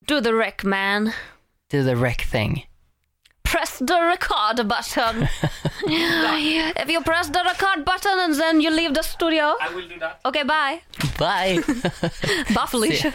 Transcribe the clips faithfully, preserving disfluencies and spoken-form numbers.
Do the rec, man. Do the rec thing. Press the record button. If you press the record button and then you leave the studio. I will do that. Okay, bye. Bye. Bye, Felicia.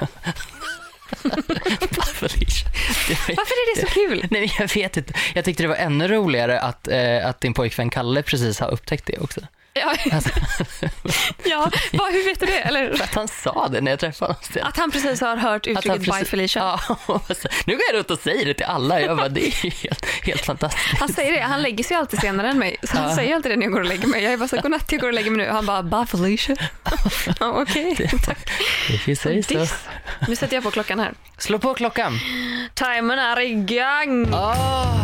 Bye, Felicia. Varför är det så kul? Nej, jag vet inte. Jag tyckte det var ännu roligare att, eh, att din pojkvän Kalle precis har upptäckt det också. Ja, Alltså, ja. Va, hur vet du det? Eller? för att han sa det när jag träffade honom. Att han precis har hört uttrycket precis, Bye Felicia. Ja, nu går jag runt och säger det till alla. Jag bara, det är helt, helt fantastiskt. Han säger det, han lägger sig alltid senare än mig. Så han Ja. säger alltid det när jag går och lägger mig. Jag är bara så, godnatt, jag går och lägger mig nu. Han bara, Bye Felicia. Ja, okej, okay. Tack. If you say so. Diss. Nu sätter jag på klockan här. Slå på klockan. Timern är igång. Oh.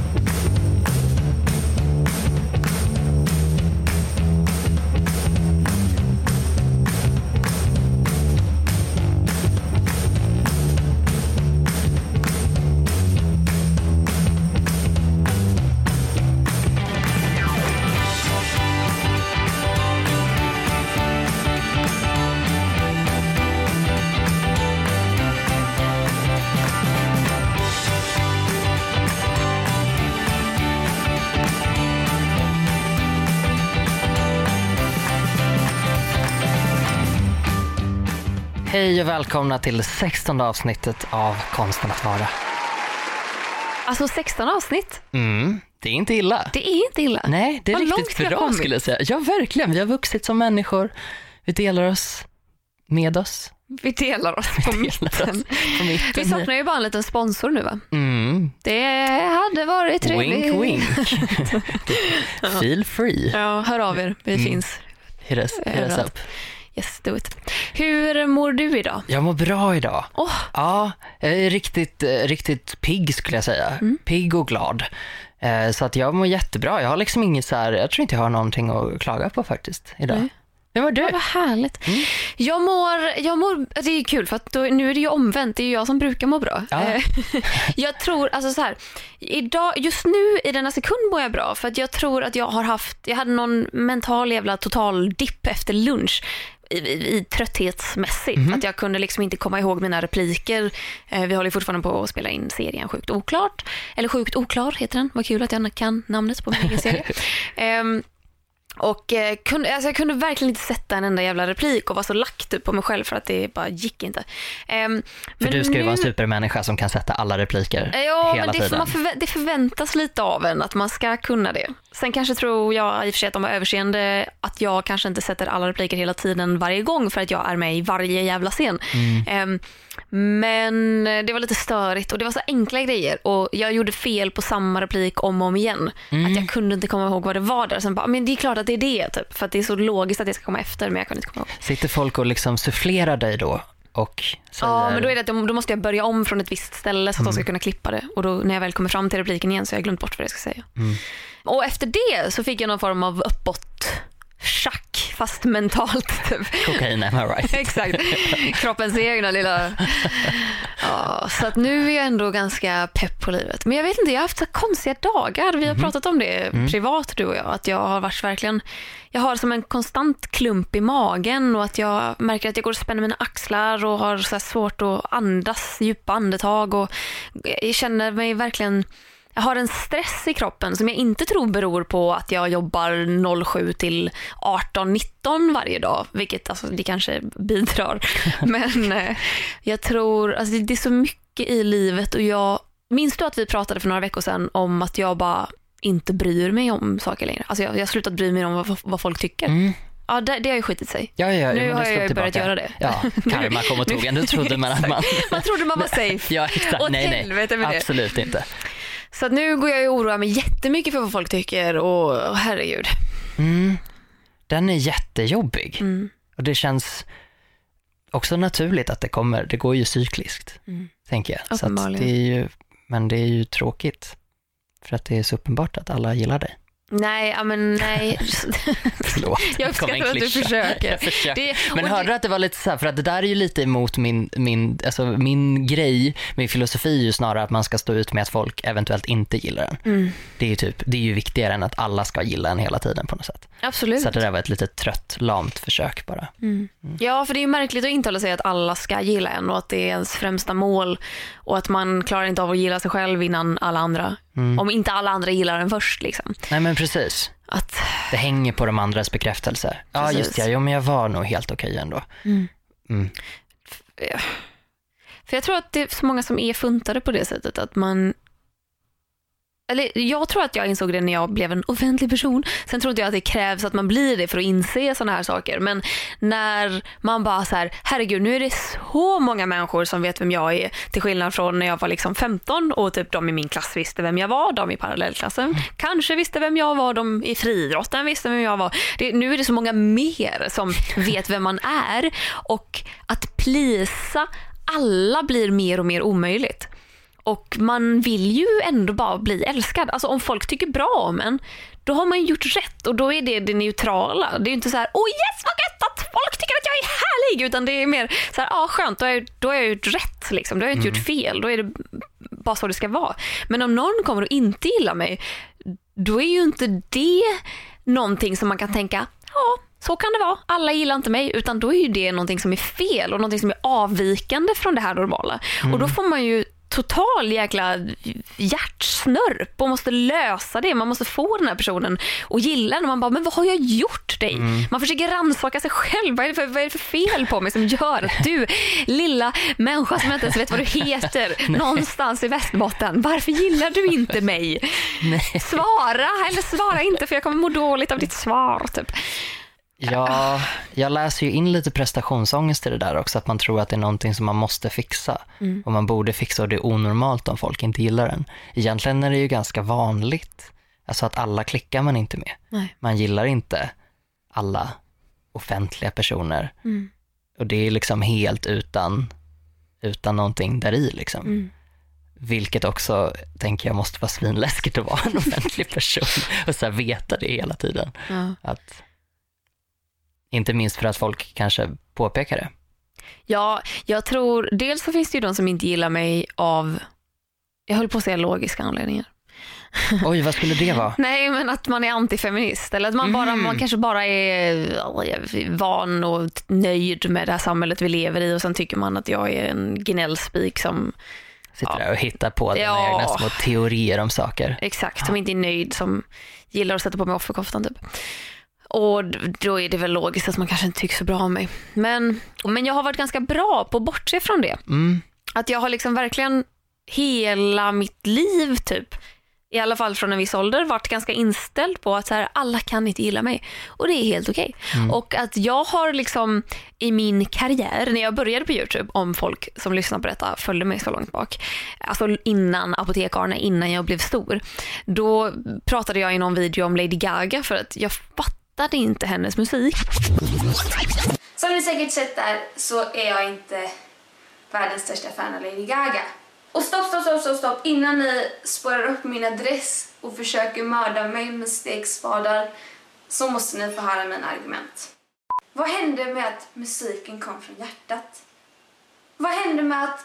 Hej och välkomna till sextonde avsnittet av Konsten att vara. Alltså sexton avsnitt. Mm, det är inte illa. Det är inte illa. Nej, det är Vad långt riktigt vi har bra kommit. skulle jag säga. Ja, verkligen. Vi har vuxit som människor. Vi delar oss med oss. Vi delar oss på Delar mitten. oss på mitten. Vi saknar ju bara en liten sponsor nu, va? Mm. Det hade varit trevligt. Wink, wink. Feel free. Ja, hör av er. Vi Mm. finns. Hit us, hit us Överallt. up. Yes, do it. Hur mår du idag? Jag mår bra idag. Åh. Ja, jag är riktigt, eh, riktigt pigg skulle jag säga. Mm. Pigg och glad. Eh, Så att jag mår jättebra. Jag har liksom inget så här, jag tror inte jag har någonting att klaga på faktiskt idag. Nej. Hur mår du? Ja, vad härligt. Mm. Jag mår, jag mår, det är kul för att då, nu är det ju omvänt. Det är ju jag som brukar må bra. Ja. Eh, jag tror, alltså så här, idag, just nu i denna sekund mår jag bra. För att jag tror att jag har haft, jag hade någon mental jävla total dipp efter lunch. I, i, i trötthetsmässigt. Mhm. Att jag kunde liksom inte komma ihåg mina repliker. Eh, vi håller fortfarande på att spela in serien Sjukt oklart. Eller Sjukt oklar heter den. Vad kul att jag kan namnet på min egen serie. Ehm, Och eh, kunde, alltså jag kunde verkligen inte sätta en enda jävla replik och var så lagt upp på mig själv för att det bara gick inte. Ehm, För du ska ju vara en supermänniska som kan sätta alla repliker Ja, hela men det, tiden. man förvä- det förväntas lite av en att man ska kunna det. Sen kanske tror jag i och för sig att de var överseende att jag kanske inte sätter alla repliker hela tiden varje gång för att jag är med i varje jävla scen. Mm. Ehm, men det var lite störigt och det var så enkla grejer och jag gjorde fel på samma replik om och om igen. Mm. Att jag kunde inte komma ihåg vad det var där. Sen bara, men det är klart att det är det typ, för att det är så logiskt att jag ska komma efter, men jag kunde inte komma ihåg. Sitter folk och liksom sufflerar dig då? Och säger... Ja, men då är det att jag, då måste jag börja om från ett visst ställe så att Mm. de ska kunna klippa det. Och då när jag väl kommer fram till repliken igen så har jag glömt bort vad jag ska säga. Mm. Och efter det så fick jag någon form av uppåt schack, fast mentalt typ. Kokain, am I right? Exakt, kroppens egna lilla... Ja, så att nu är jag ändå ganska pepp på livet. Men jag vet inte, jag har haft så konstiga dagar. Vi har Mhm. pratat om det Mm. privat, du och jag. Att jag har varit verkligen... Jag har som en konstant klump i magen och att jag märker att jag går och spänner mina axlar och har så här svårt att andas, djupa andetag. Och jag känner mig verkligen... Jag har en stress i kroppen som jag inte tror beror på att jag jobbar sju till arton nitton varje dag, vilket alltså, det kanske bidrar. Men eh, jag tror, alltså, det, det är så mycket i livet och jag minns du att vi pratade för några veckor sedan om att jag bara inte bryr mig om saker längre. Alltså jag, jag har slutat bry mig om vad, vad folk tycker. Mm. Ja, det, det har ju skitit sig. Ja, ja, Nu men det har slår jag ju börjat tillbaka. göra det. Ja, karma kom och tog en. Nu trodde man att man... Man trodde man var safe. Ja, exakt. Åt Nej, nej. helvete med det. Absolut inte. Så att nu går jag ju och oroar mig jättemycket för vad folk tycker och, och herregud. Mm. Den är jättejobbig. Mm. Och det känns också naturligt att det kommer. Det går ju cykliskt, Mm. tänker jag. Så att Uppenbarligen. det är ju, men det är ju tråkigt. För att det är så uppenbart att alla gillar dig. Nej, ja, men nej. Förlåt. Jag uppskattar att du försöker. försöker. Det, men hörde du att det var lite så här, för att det där är ju lite emot min, min, alltså min grej med filosofi är ju snarare att man ska stå ut med att folk eventuellt inte gillar den. Mm. Det är ju typ, det är ju viktigare än att alla ska gilla den hela tiden på något sätt. Absolut. Så det där var ett lite trött, lamt försök bara. Mm. Mm. Ja, för det är ju märkligt att intala sig att alla ska gilla en och att det är ens främsta mål och att man klarar inte av att gilla sig själv innan alla andra. Mm. Om inte alla andra gillar den först liksom. Nej, men precis. Att... Det hänger på de andras bekräftelser. Ja, precis. Just det. Jo, men jag var nog helt okej ändå. Mm. Mm. För jag tror att det är så många som är funtade på det sättet att man... Eller jag tror att jag insåg det när jag blev en offentlig person. Sen tror inte jag att det krävs att man blir det för att inse såna här saker. Men när man bara så här, herregud, nu är det så många människor som vet vem jag är. Till skillnad från när jag var liksom femton och typ de i min klass visste vem jag var. De i parallellklassen mm. kanske visste vem jag var. De i friidrotten visste vem jag var. Det, nu är det så många mer som vet vem man är. Och att plisa alla blir mer och mer omöjligt. Och man vill ju ändå bara bli älskad. Alltså om folk tycker bra om en, då har man gjort rätt. Och då är det det neutrala. Det är ju inte så här, åh yes vad gött att folk tycker att jag är härlig. Utan det är mer så här, ja ah, skönt, då har, jag, då har jag gjort rätt. Liksom. Då har jag inte mm. gjort fel. Då är det bara så det ska vara. Men om någon kommer att inte gilla mig, då är ju inte det någonting som man kan tänka, ja, så kan det vara. Alla gillar inte mig. Utan då är ju det någonting som är fel. Och någonting som är avvikande från det här normala. Mm. Och då får man ju total jäkla hjärtsnörp och måste lösa det. Man måste få den här personen och gilla den. Man bara, men vad har jag gjort dig? Mm. Man försöker rannsaka sig själv. Vad är, det för, vad är det för fel på mig som gör att du, lilla människa som inte ens vet vad du heter, någonstans i Västerbotten, varför gillar du inte mig? Nej. Svara eller svara inte, för jag kommer må dåligt av ditt svar typ. Ja, jag läser ju in lite prestationsångest i det där också, att man tror att det är någonting som man måste fixa mm. och man borde fixa, och det är onormalt om folk inte gillar den. Egentligen är det ju ganska vanligt, alltså att alla klickar man inte med. Nej. Man gillar inte alla offentliga personer mm. och det är liksom helt utan utan någonting där i liksom. Mm. Vilket också, tänker jag, måste vara svinläskigt att vara en offentlig person och så här veta det hela tiden. Ja. Att inte minst för att folk kanske påpekar det. Ja, jag tror, dels så finns det ju de som inte gillar mig av, jag höll på att säga logiska anledningar. Oj, vad skulle det vara? Nej, men att man är antifeminist. Eller att man, bara, mm. man kanske bara är van och nöjd med det här samhället vi lever i. Och sen tycker man att jag är en gnällspik som sitter ja. där och hittar på dina ja. egna små teorier om saker. Exakt, som inte är nöjd, som gillar att sätta på mig offerkoftan typ. Och då är det väl logiskt att man kanske inte tycker så bra om mig. Men, men jag har varit ganska bra på att bortse från det. Mm. Att jag har liksom verkligen hela mitt liv typ, i alla fall från en viss ålder, varit ganska inställd på att så här, alla kan inte gilla mig. Och det är helt okej. Mm. Och att jag har liksom i min karriär, när jag började på YouTube, om folk som lyssnar på detta följde mig så långt bak, alltså innan Apotek-Arne, innan jag blev stor, då pratade jag i någon video om Lady Gaga för att jag fattade inte hennes musik. Som ni säkert sett där så är jag inte världens största fan av Lady Gaga. Och stopp, stopp, stopp, stopp, stopp. Innan ni spårar upp min adress och försöker mörda mig med stekspadar, så måste ni få höra mina argument. Vad hände med att musiken kom från hjärtat? Vad hände med att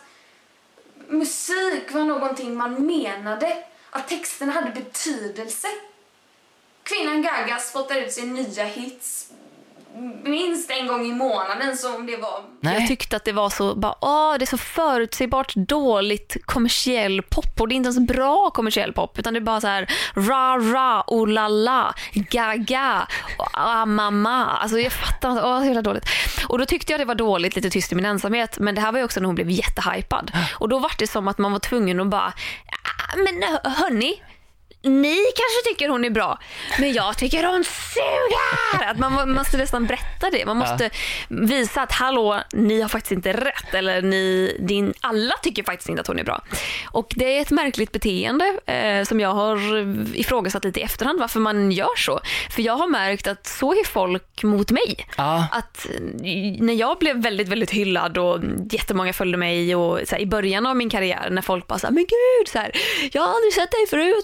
musik var någonting man menade? Att texterna hade betydelse? Kvinnan Gaga spottar ut sin nya hits minst en gång i månaden, som det var. Nej. Jag tyckte att det var så bara, åh, det är så förutsägbart dåligt kommersiell pop, och det är inte ens bra kommersiell pop, utan det är bara så här ra ra oh la la Gaga ah, mamma. Alltså jag fattar inte, åh, det är jävla dåligt. Och då tyckte jag det var dåligt, lite tyst i min ensamhet, men det här var ju också när hon blev jättehypad. Och då var det som att man var tvungen att bara, men hörni, ni kanske tycker hon är bra, men jag tycker hon suger. Att man måste nästan berätta det. Man måste ja. visa att hallå, ni har faktiskt inte rätt. Eller ni, din, alla tycker faktiskt inte att hon är bra. Och det är ett märkligt beteende eh, som jag har ifrågasatt lite i efterhand, varför man gör så. För jag har märkt att så är folk mot mig. Ja. Att när jag blev väldigt, väldigt hyllad och jättemånga följde mig, och så här, i början av min karriär, när folk bara så här, men gud, så här, jag har aldrig sett dig förut, men fan vad du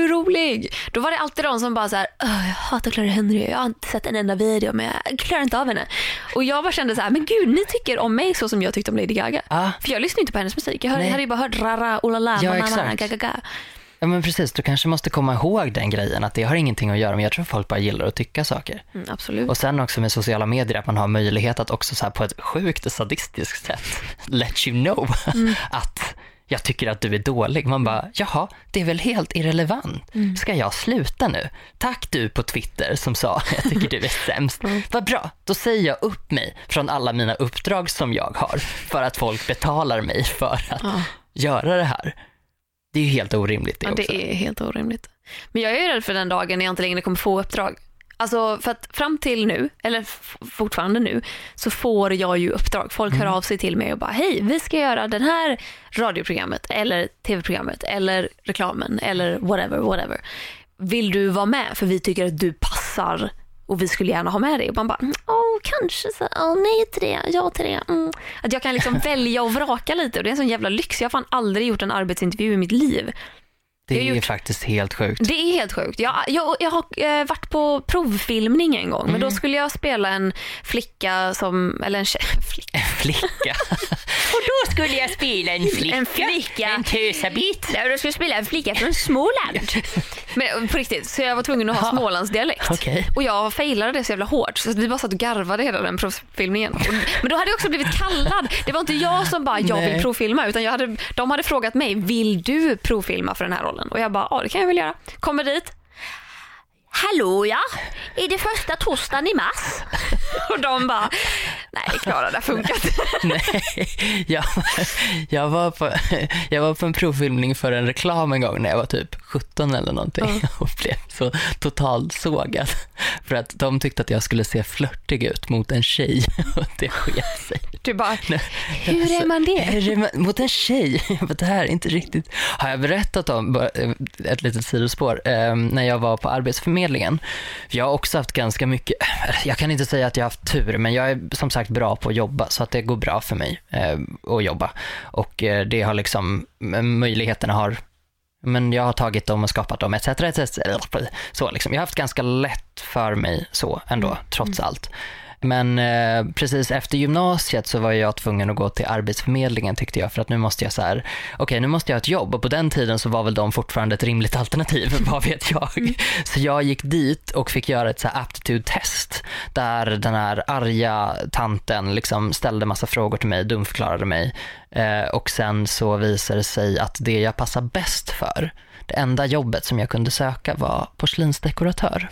du rolig? Då var det alltid de som bara så här, jag hatar Clara Henry, jag har inte sett en enda video men jag klarar inte av henne. Och jag bara kände så här, men gud, ni tycker om mig så som jag tyckte om Lady Gaga. Ah. För jag lyssnar inte på hennes musik. Jag hör, hade ju bara hört rara, olala, ja, manana, gaga. Ja, men precis, du kanske måste komma ihåg den grejen, att det har ingenting att göra med, jag tror folk bara gillar att tycka saker. Mm, absolut. Och sen också med sociala medier, att man har möjlighet att också så här på ett sjukt sadistiskt sätt let you know mm. att jag tycker att du är dålig. Man bara, jaha, det är väl helt irrelevant. Mm. Ska jag sluta nu? Tack du på Twitter som sa, jag tycker du är sämst. Mm. Vad bra, då säger jag upp mig från alla mina uppdrag som jag har för att folk betalar mig för att mm. göra det här. Det är ju helt orimligt det ja, också. Det är helt orimligt. Men jag är ju rädd för den dagen när jag inte längre kommer få uppdrag. Alltså för att fram till nu, eller f- fortfarande nu, så får jag ju uppdrag. Folk mm. hör av sig till mig och bara, hej, vi ska göra den här radioprogrammet eller tv-programmet eller reklamen eller whatever, whatever. Vill du vara med? För vi tycker att du passar och vi skulle gärna ha med dig. Och man bara, åh, kanske så, åh, nej till det, ja till det. Mm. Att jag kan liksom välja och vraka lite, och det är en sån jävla lyx. Jag har fan aldrig gjort en arbetsintervju i mitt liv. Det är gjort... faktiskt helt sjukt. Det är helt sjukt. Jag, jag, jag har äh, varit på provfilmning en gång. Mm. Men då skulle jag spela en flicka som... Eller en tjej... Flicka. En flicka? Och då skulle jag spela en flicka. En flicka. En tösabit. Ja, då skulle jag spela en flicka från Småland. Men på riktigt, så jag var tvungen att ha Smålandsdialekt. Okay. Och jag failade det så jävla hårt. Så vi bara satt och garvade hela den provfilmningen. Och, men då hade jag också blivit kallad. Det var inte jag som bara, jag vill provfilma. Utan jag hade, de hade frågat mig, vill du provfilma för den här rollen? Och jag bara, ja det kan jag väl göra. Kommer dit. Hallå ja, är det första torsdagen i mars? Och de bara, nej Klara, det har funkat. Nej, jag, jag, var på, jag var på en provfilmning för en reklam en gång när jag var typ sjutton eller någonting. Mm. Och blev så totalt sågad. För att de tyckte att jag skulle se flörtig ut mot en tjej. Och det sket sig. Du bara, hur är man det? Hur är man, mot en tjej? Det här är inte riktigt. Har jag berättat om ett litet sidospår eh, när jag var på arbetsförmedlingen. Jag har också haft ganska mycket, jag kan inte säga att jag har haft tur, men jag är som sagt bra på att jobba, så att det går bra för mig eh, att jobba. Och eh, det har liksom, möjligheterna har, men jag har tagit dem och skapat dem, et cetera et cetera. Så liksom, jag har haft ganska lätt för mig så ändå, mm. trots allt. Men eh, precis efter gymnasiet så var jag tvungen att gå till arbetsförmedlingen, tyckte jag, för att nu måste jag så här, okej okay, nu måste jag ha ett jobb, och på den tiden så var väl de fortfarande ett rimligt alternativ, vad vet jag. Mm. Så jag gick dit och fick göra ett så här aptitude-test där den här arga tanten liksom ställde massa frågor till mig, dumförklarade mig, eh, och sen så visade det sig att det jag passar bäst för, det enda jobbet som jag kunde söka var porslinsdekoratör.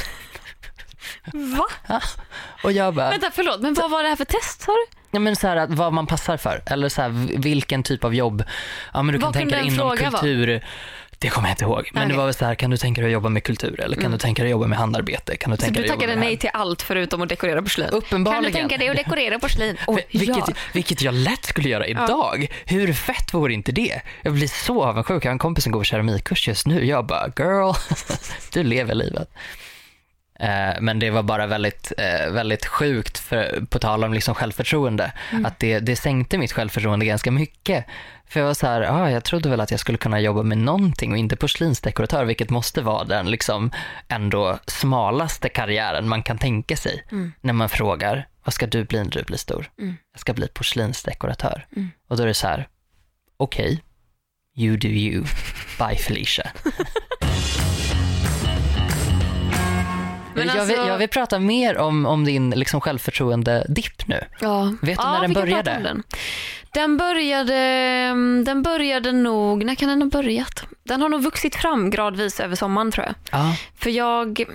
Va? Ja. Och jag bara, vänta, förlåt, men vad var det här för test, sa du? Ja, men så här, att vad man passar för, eller så här, vilken typ av jobb. Ja, men du vad kan tänka dig inom kultur. Var? Det kommer jag inte ihåg. Men okay. Det var väl så här, kan du tänka dig att jobba med kultur, eller kan mm. du tänka dig att jobba med handarbete? Kan du tänka så dig du tackade nej till allt förutom att dekorera porslin? Uppenbarligen. Kan du tänka dig att dekorera porslin? Oh, vilket, ja. vilket jag lätt skulle göra idag. Ja. Hur fett vore inte det? Jag blir så avundsjuk. Jag har en kompis som går keramikkurs just nu. Jag bara, girl, du lever livet. Men det var bara väldigt, väldigt sjukt, för, på tal om liksom självförtroende, mm. att det, det sänkte mitt självförtroende ganska mycket. För jag var så här, ah, jag trodde väl att jag skulle kunna jobba med någonting och inte porslinsdekoratör, vilket måste vara den liksom ändå smalaste karriären man kan tänka sig. Mm. När man frågar, vad ska du bli när du blir stor? Mm. Jag ska bli porslinsdekoratör. Mm. Och då är det så här, okej, okay, you do you, bye Felicia. Men jag, alltså... vill, jag vill prata mer om, om din liksom självförtroende-dipp nu. Ja. Vet du ja, när den började? Den. Den, började? den började nog... När kan den ha börjat? Den har nog vuxit fram gradvis över sommaren, tror jag. Ja. För jag...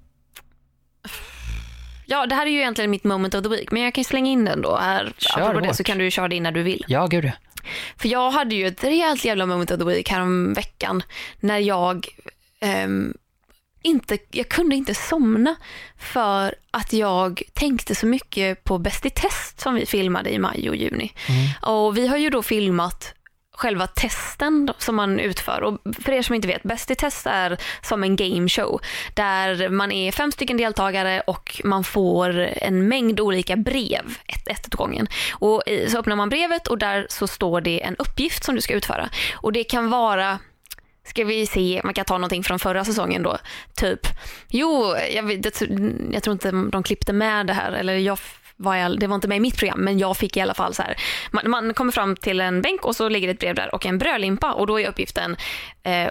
Ja, det här är ju egentligen mitt moment of the week, men jag kan slänga in den då. Här, Kör det, så kan du köra det in när du vill. Ja, gud. För jag hade ju ett rejält jävla moment of the week här om veckan när jag... Um, Inte, jag kunde inte somna för att jag tänkte så mycket på Bäst i test som vi filmade i maj och juni. Mm. Och vi har ju då filmat själva testen som man utför. Och för er som inte vet, Bäst i test är som en game show där man är fem stycken deltagare och man får en mängd olika brev ett, ett åt gången. Och så öppnar man brevet och där så står det en uppgift som du ska utföra. Och det kan vara... Ska vi se, man kan ta någonting från förra säsongen då. Typ, jo, jag, vet, jag tror inte de klippte med det här. Eller jag var jag, det var inte med i mitt program, men jag fick i alla fall så här. Man, man kommer fram till en bänk och så ligger ett brev där och en brödlimpa. Och då är uppgiften, eh,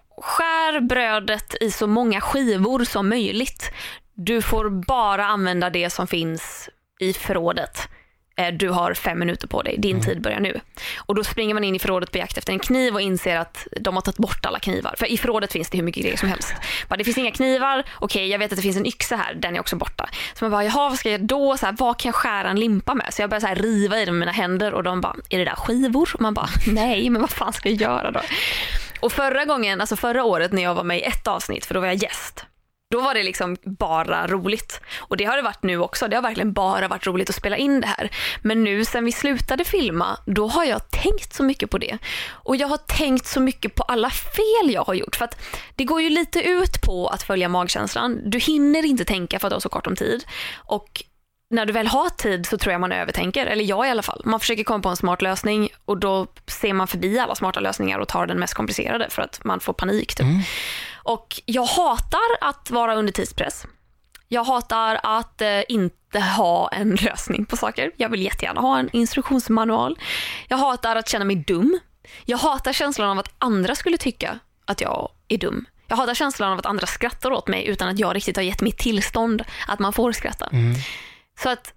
skär brödet i så många skivor som möjligt. Du får bara använda det som finns i förrådet. Du har fem minuter på dig, din tid börjar nu. Och då springer man in i förrådet på jakt efter en kniv och inser att de har tagit bort alla knivar. För i förrådet finns det hur mycket grejer som helst. Bara, det finns inga knivar, okej, jag vet att det finns en yxa här, den är också borta. Så man bara, jaha, vad ska jag då? Så här, vad kan jag skära en limpa med? Så jag börjar så här riva i dem med mina händer och de bara, är det där skivor? Och man bara, nej, men vad fan ska jag göra då? Och förra gången, alltså förra året när jag var med i ett avsnitt, för då var jag gäst, då var det liksom bara roligt. Och det har det varit nu också. Det har verkligen bara varit roligt att spela in det här. Men nu sen vi slutade filma, då har jag tänkt så mycket på det. Och jag har tänkt så mycket på alla fel jag har gjort. För att det går ju lite ut på att följa magkänslan. Du hinner inte tänka för att du har så kort om tid. Och när du väl har tid så tror jag man övertänker. Eller jag i alla fall. Man försöker komma på en smart lösning och då ser man förbi alla smarta lösningar och tar den mest komplicerade för att man får panik typ. Mm. Och jag hatar att vara under tidspress. Jag hatar att eh, inte ha en lösning på saker. Jag vill jättegärna ha en instruktionsmanual. Jag hatar att känna mig dum. Jag hatar känslan av att andra skulle tycka att jag är dum. Jag hatar känslan av att andra skrattar åt mig utan att jag riktigt har gett mitt tillstånd att man får skratta. Mm. Så att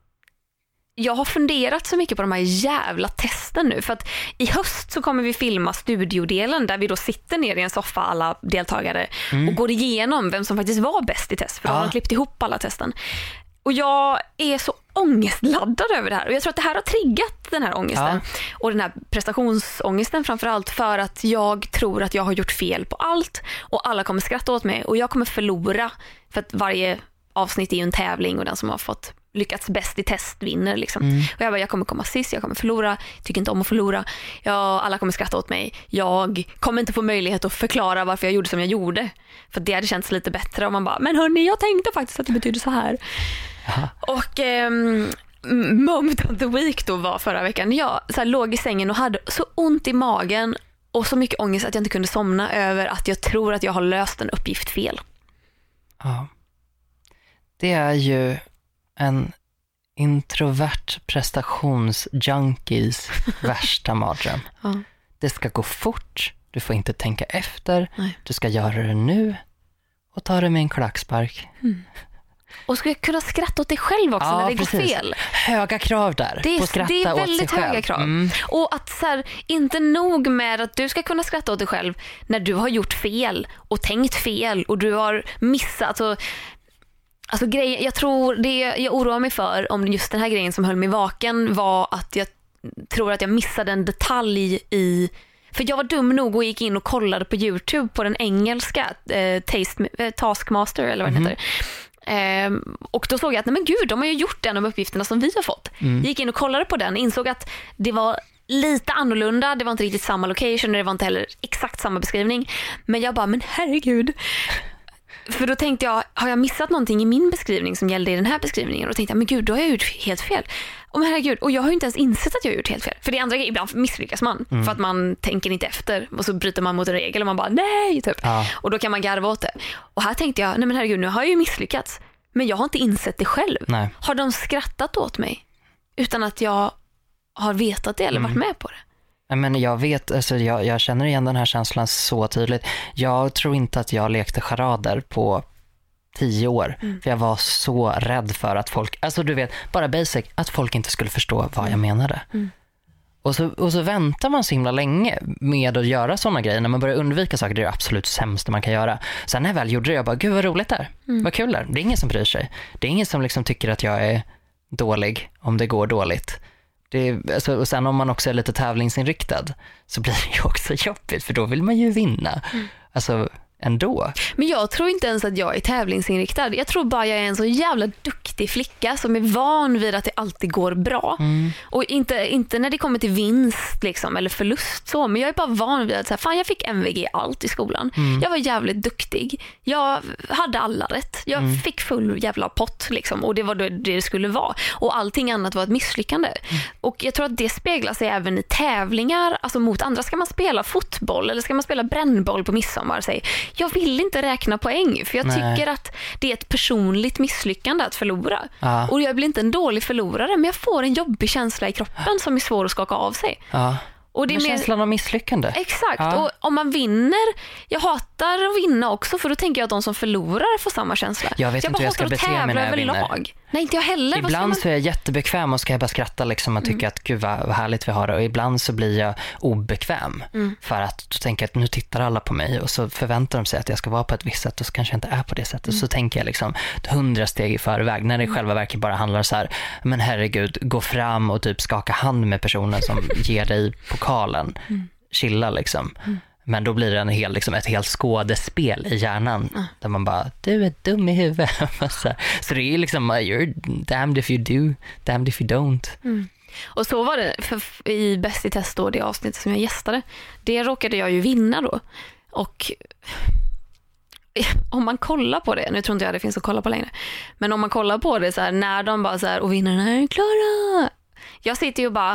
jag har funderat så mycket på de här jävla testen nu. För att i höst så kommer vi filma studiodelen där vi då sitter ner i en soffa alla deltagare mm. och går igenom vem som faktiskt var bäst i test. För då ja. har de klippt ihop alla testen. Och jag är så ångestladdad över det här. Och jag tror att det här har triggat den här ångesten. Ja. Och den här prestationsångesten framförallt för att jag tror att jag har gjort fel på allt. Och alla kommer skratta åt mig. Och jag kommer förlora. För att varje avsnitt är ju en tävling och den som har fått lyckats bäst i test vinner liksom. Mm. Och jag bara, jag kommer komma sist, jag kommer förlora, tycker inte om att förlora. Ja, alla kommer skratta åt mig. Jag kommer inte få möjlighet att förklara varför jag gjorde som jag gjorde. För det hade känts lite bättre om man bara, men hörni, jag tänkte faktiskt att det betyder så här. Aha. Och ehm, moment of the week då var förra veckan. Jag så här, låg i sängen och hade så ont i magen och så mycket ångest att jag inte kunde somna över att jag tror att jag har löst en uppgift fel. Ja. Det är ju en introvert prestationsjunkies värsta mardröm. Ja. Det ska gå fort, du får inte tänka efter, Nej. Du ska göra det nu och ta det med en klackspark. Mm. Och ska kunna skratta åt dig själv också ja, när det precis. går fel. Höga krav där. Det är, på skratta det är väldigt åt sig själv. höga krav. Mm. Och att så här, inte nog med att du ska kunna skratta åt dig själv när du har gjort fel och tänkt fel och du har missat. Alltså, alltså grejen, jag tror det jag oroar mig för om just den här grejen som höll mig vaken var att jag tror att jag missade en detalj i. För jag var dum nog och gick in och kollade på YouTube på den engelska eh, taste, eh, Taskmaster eller vad det mm. heter. Um, och då såg jag att nej men gud, de har ju gjort en av uppgifterna som vi har fått. Mm. Gick in och kollade på den, insåg att det var lite annorlunda, det var inte riktigt samma location, det var inte heller exakt samma beskrivning. Men jag bara, men herregud. För då tänkte jag, har jag missat någonting i min beskrivning som gällde i den här beskrivningen? Och då tänkte jag, men gud, då har jag gjort helt fel. Och men herregud, och jag har ju inte ens insett att jag har gjort helt fel. För det andra är ibland misslyckas man. Mm. För att man tänker inte efter. Och så bryter man mot en regel och man bara, nej, typ. Ja. Och då kan man garva åt det. Och här tänkte jag, nej men herregud, nu har jag ju misslyckats. Men jag har inte insett det själv. Nej. Har de skrattat åt mig? Utan att jag har vetat det eller mm. varit med på det. Men jag vet, alltså jag, jag känner igen den här känslan så tydligt. Jag tror inte att jag lekte charader på tio år. Mm. För jag var så rädd för att folk, alltså du vet, bara basic, att folk inte skulle förstå vad jag menade. Mm. Och, så, och så väntar man så himla länge med att göra sådana grejer. När man börjar undvika saker, det är det absolut sämsta man kan göra. Sen när jag väl gjorde det, jag bara, gud vad roligt det är. Mm. Vad kul det är. Det är ingen som bryr sig. Det är ingen som liksom tycker att jag är dålig om det går dåligt. Det är, alltså, och sen om man också är lite tävlingsinriktad så blir det ju också jobbigt, för då vill man ju vinna. Mm. Alltså, ändå. Men jag tror inte ens att jag är tävlingsinriktad. Jag tror bara jag är en så jävla duktig flicka som är van vid att det alltid går bra. Mm. Och inte, inte när det kommer till vinst liksom, eller förlust så. Men jag är bara van vid att så här, fan, jag fick M V G allt i skolan. Mm. Jag var jävligt duktig. Jag hade alla rätt. Jag mm. fick full jävla pott liksom, och det var det det skulle vara. Och allting annat var ett misslyckande. Mm. Och jag tror att det speglar sig även i tävlingar. Alltså mot andra. Ska man spela fotboll eller ska man spela brännboll på midsommar? Säg, jag vill inte räkna poäng för jag Nej. tycker att det är ett personligt misslyckande att förlora. Ja. Och jag blir inte en dålig förlorare, men jag får en jobbig känsla i kroppen som är svår att skaka av sig. Ja. Och det är mer... känslan av misslyckande. Exakt, ja. Och om man vinner, jag hatar att vinna också, för då tänker jag att de som förlorar får samma känsla. Jag vet jag inte hur jag ska bete mig när jag vinner. Lag. Nej, inte jag heller. Ibland man... så är jag jättebekväm och ska jag bara skratta liksom och tycka mm. att gud vad härligt vi har det. Och ibland så blir jag obekväm mm. för att då tänker jag att nu tittar alla på mig och så förväntar de sig att jag ska vara på ett visst sätt och så kanske jag inte är på det sättet. Mm. Så tänker jag liksom hundra steg i förväg när det mm. själva verket bara handlar så här, men herregud, gå fram och typ skaka hand med personen som ger dig pokalen. Mm. Chilla liksom. Mm. Men då blir det en hel, liksom, ett helt skådespel i hjärnan mm. där man bara, du är dum i huvudet. Så det är liksom, you're damned if you do, damned if you don't. Mm. Och så var det för, i Bäst i test då, det avsnittet som jag gästade. Det råkade jag ju vinna då. Och om man kollar på det, nu tror inte jag det finns att kolla på längre, men om man kollar på det så här, när de bara så här, och vinnarna är klara. Jag sitter ju bara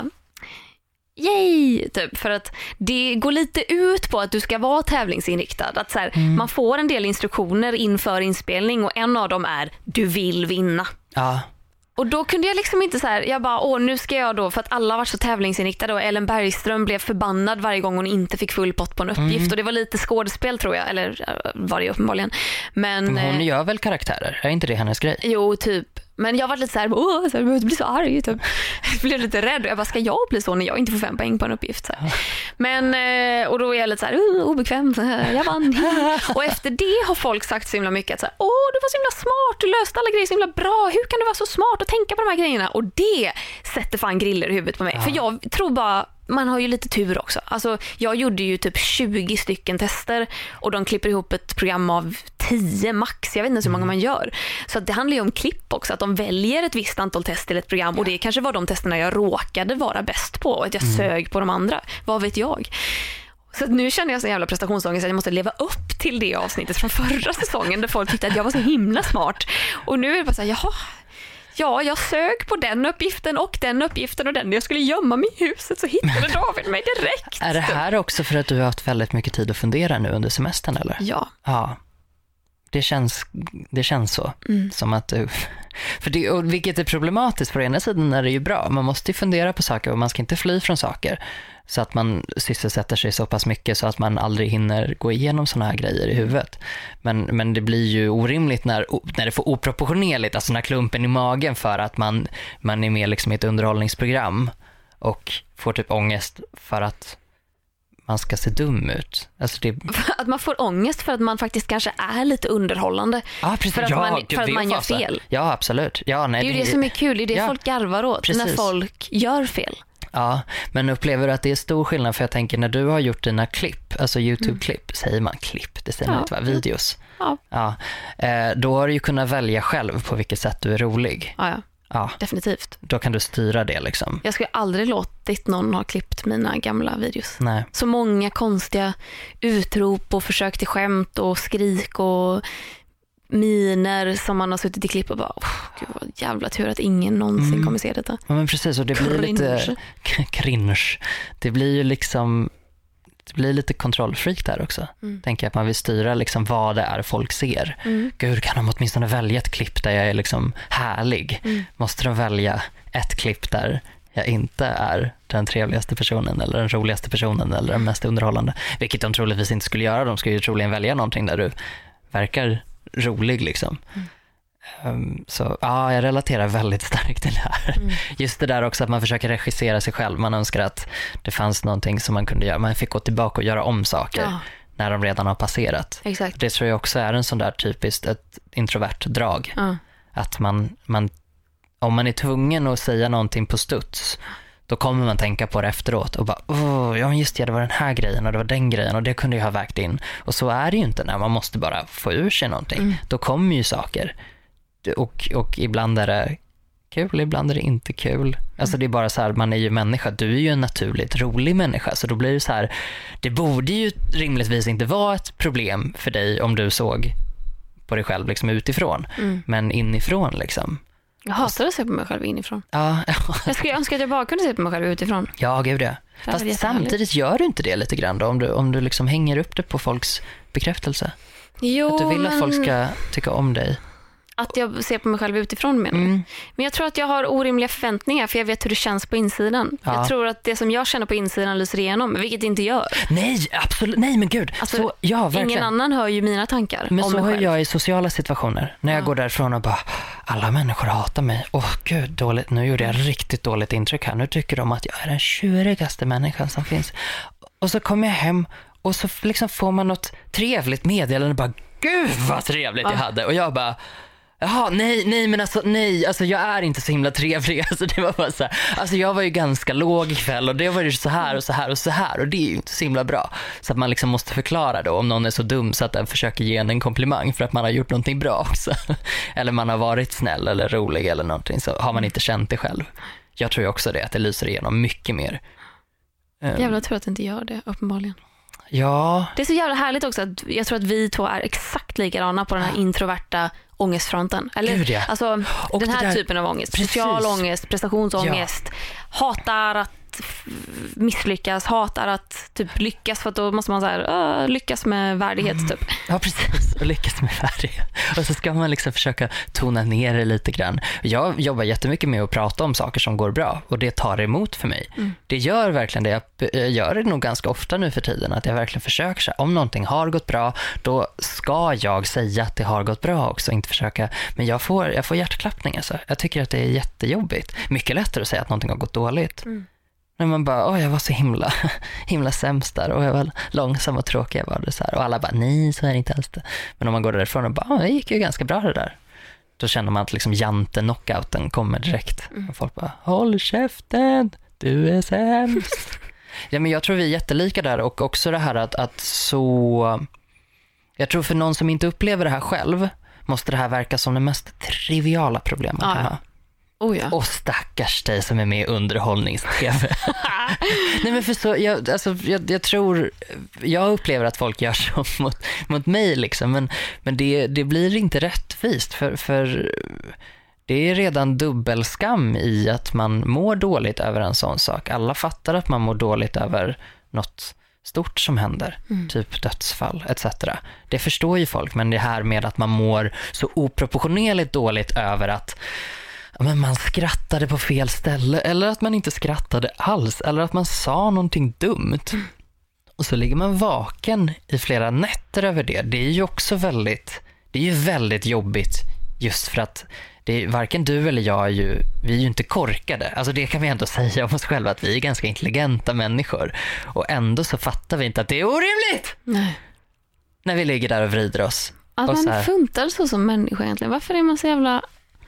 yay, typ, för att det går lite ut på att du ska vara tävlingsinriktad, att så här, mm. man får en del instruktioner inför inspelning och en av dem är du vill vinna. Ja. Och då kunde jag liksom inte så här, jag bara, åh nu ska jag då, för att alla var så tävlingsinriktade och Ellen Bergström blev förbannad varje gång hon inte fick full pott på en uppgift mm. och det var lite skådespel tror jag, eller var det uppenbarligen. Men, Men hon gör väl karaktärer, är inte det hennes grej? Jo, typ. Men jag var lite så här, åh, så jag blir så arg typ. Jag blev lite rädd. Jag bara, ska jag bli så när jag inte får fem poäng på en uppgift? Så här. Men, och då är jag lite så här, uh, obekväm. Jag vann. Och efter det har folk sagt så himla mycket att så här, åh, du var så himla smart. Du löste alla grejer så himla bra. Hur kan du vara så smart och tänka på de här grejerna? Och det sätter fan griller i huvudet på mig. Ja. För jag tror bara, man har ju lite tur också. Alltså, jag gjorde ju typ tjugo stycken tester och de klipper ihop ett program av tio max. Jag vet inte hur många man gör. Så att det handlar ju om klipp också. Att de väljer ett visst antal test till ett program och det kanske var de testerna jag råkade vara bäst på och att jag mm. sög på de andra. Vad vet jag? Så att nu känner jag så jävla prestationsångest att jag måste leva upp till det avsnittet från förra säsongen där folk tyckte att jag var så himla smart. Och nu är det bara så här, jaha, ja, jag sög på den uppgiften och den uppgiften och den. Jag skulle gömma mig i huset så hittade David mig direkt. Är det här också för att du har haft väldigt mycket tid att fundera nu under semestern, eller? Ja. Ja. Det känns, det känns så. Mm. Som att du... För det, och vilket är problematiskt, på ena sidan är det ju bra. Man måste ju fundera på saker och man ska inte fly från saker. Så att man sysselsätter sig så pass mycket så att man aldrig hinner gå igenom såna här grejer i huvudet. Men, men det blir ju orimligt när, när det får oproportionerligt, alltså när klumpen i magen för att man, man är med liksom i ett underhållningsprogram och får typ ångest för att man ska se dum ut. Alltså det... Att man får ångest för att man faktiskt kanske är lite underhållande. Ja, precis. För att ja, man, för att man gör fel. Ja, absolut. Ja, nej, det är ju det, det som är kul. Det är det ja, folk garvar åt. Precis. När folk gör fel. Ja, men upplever du att det är stor skillnad? För jag tänker, när du har gjort dina klipp, alltså YouTube-klipp, mm. säger man klipp, det säger man inte, va? Videos. Ja. Ja. Eh, då har du ju kunnat välja själv på vilket sätt du är rolig. Ja, ja. Ja. Definitivt. Då kan du styra det liksom. Jag skulle aldrig låtit någon ha klippt mina gamla videos. Nej. Så många konstiga utrop och försök till skämt och skrik och miner som man har suttit i klipp och bara, oh, gud vad jävla tur att ingen någonsin mm. kommer se detta. Ja, men precis, och det blir cringe. lite cringe. Det blir ju liksom, det blir lite kontrollfreak där också. Mm. Tänker att man vill styra liksom vad det är folk ser. Mm. Gud, kan de åtminstone välja ett klipp där jag är liksom härlig? Mm. Måste de välja ett klipp där jag inte är den trevligaste personen eller den roligaste personen eller den mest underhållande? Vilket de troligtvis inte skulle göra. De skulle ju troligen välja någonting där du verkar rolig liksom. Mm. Um, så ja, jag relaterar väldigt starkt till det här. Mm. Just det där också att man försöker regissera sig själv. Man önskar att det fanns någonting som man kunde göra. Man fick gå tillbaka och göra om saker ja. när de redan har passerat. Exakt. Det tror jag också är en sån där typiskt ett introvert drag. Ja. Att man, man om man är tvungen att säga någonting på studs, då kommer man tänka på det efteråt och bara, åh, ja just det, det var den här grejen och det var den grejen och det kunde jag ha vägt in. Och så är det ju inte när man måste bara få ur sig någonting. Mm. Då kommer ju saker. Och, och ibland är det kul, ibland är det inte kul. Mm. Alltså det är bara så här, man är ju människa. Du är ju en naturligt rolig människa. Så då blir det så här, det borde ju rimligtvis inte vara ett problem för dig om du såg på dig själv liksom utifrån. Mm. Men inifrån liksom. Jag hatar att se på mig själv inifrån. Ja. Jag skulle önska att jag bara kunde se på mig själv utifrån. Ja, gud ja. Fast samtidigt gör du inte det lite grann då, om du, om du liksom hänger upp det på folks bekräftelse. Jo, att du vill men... att folk ska tycka om dig. Att jag ser på mig själv utifrån menar mm. Men jag tror att jag har orimliga förväntningar, för jag vet hur det känns på insidan. Ja. Jag tror att det som jag känner på insidan lyser igenom, vilket det inte gör. Nej, absolut. Nej, men gud. Alltså, så, ja, verkligen. Ingen annan hör ju mina tankar. Men om så mig har själv. jag i sociala situationer. När jag ja. går därifrån och bara, alla människor hatar mig. Åh oh, gud, dåligt. Nu gjorde jag riktigt dåligt intryck här. Nu tycker de att jag är den tjurigaste människan som finns. Och så kommer jag hem och så liksom får man något trevligt meddelande. Bara, gud vad trevligt ja. jag hade. Och jag bara... Jaha, nej, nej, men alltså, nej, alltså jag är inte så himla trevlig, alltså det var bara så här, alltså jag var ju ganska låg ikväll och det var ju så här och så här och så här och det är ju inte så himla bra. Så att man liksom måste förklara då om någon är så dum så att den försöker ge en en komplimang för att man har gjort någonting bra också. Eller man har varit snäll eller rolig eller någonting, så har man inte känt det själv. Jag tror ju också det, att det lyser igenom mycket mer. Jävla tur att det inte gör det, uppenbarligen. Ja. Det är så jävla härligt också att jag tror att vi två är exakt likadana på den här introverta ångestfronten. Eller, Gud, ja. Alltså och den här där... typen av ångest. Precis. Social ångest, prestationsångest. Ja. Hatar att misslyckas, hatar att typ lyckas, för att då måste man så här, uh, lyckas med värdighet mm. typ. Ja, precis. Och lyckas med värdighet. Och så ska man liksom försöka tona ner det lite grann. Jag jobbar jättemycket med att prata om saker som går bra och det tar emot för mig. Mm. Det gör verkligen det. Jag gör det nog ganska ofta nu för tiden, att jag verkligen försöker så här, om någonting har gått bra, då ska jag säga att det har gått bra också, inte försöka, men jag får, jag får hjärtklappning alltså. Jag tycker att det är jättejobbigt. Mycket lättare att säga att någonting har gått dåligt. Mm. När man bara, åh jag var så himla himla sämst där och jag var långsam och tråkig var det så här. Och alla bara, nej så är det inte alls det. Men om man går därifrån och bara, det gick ju ganska bra det där. Då känner man att liksom jante-knockouten kommer direkt. Och folk bara, håll käften, du är sämst. Ja, men jag tror vi är jättelika där, och också det här att, att så... Jag tror för någon som inte upplever det här själv måste det här verka som det mest triviala problemet man kan ha. Oh ja. Och stackars dig som är med i underhållnings-tv. Nej, men för så, jag, alltså, jag, jag tror, jag upplever att folk gör så mot, mot mig liksom, men, men det, det blir inte rättvist, för, för det är redan dubbelskam i att man mår dåligt över en sån sak. Alla fattar att man mår dåligt över något stort som händer, mm. typ dödsfall et cetera. Det förstår ju folk, men det här med att man mår så oproportionerligt dåligt över att men man skrattade på fel ställe, eller att man inte skrattade alls, eller att man sa någonting dumt. Mm. Och så ligger man vaken i flera nätter över det. Det är ju också väldigt, det är ju väldigt jobbigt, just för att det är, varken du eller jag är ju, vi är ju inte korkade. Alltså det kan vi ändå säga om oss själva, att vi är ganska intelligenta människor. Och ändå så fattar vi inte att det är orimligt. Nej. När vi ligger där och vrider oss. Att och man så här, funtar så som människa egentligen. Varför är man så jävla...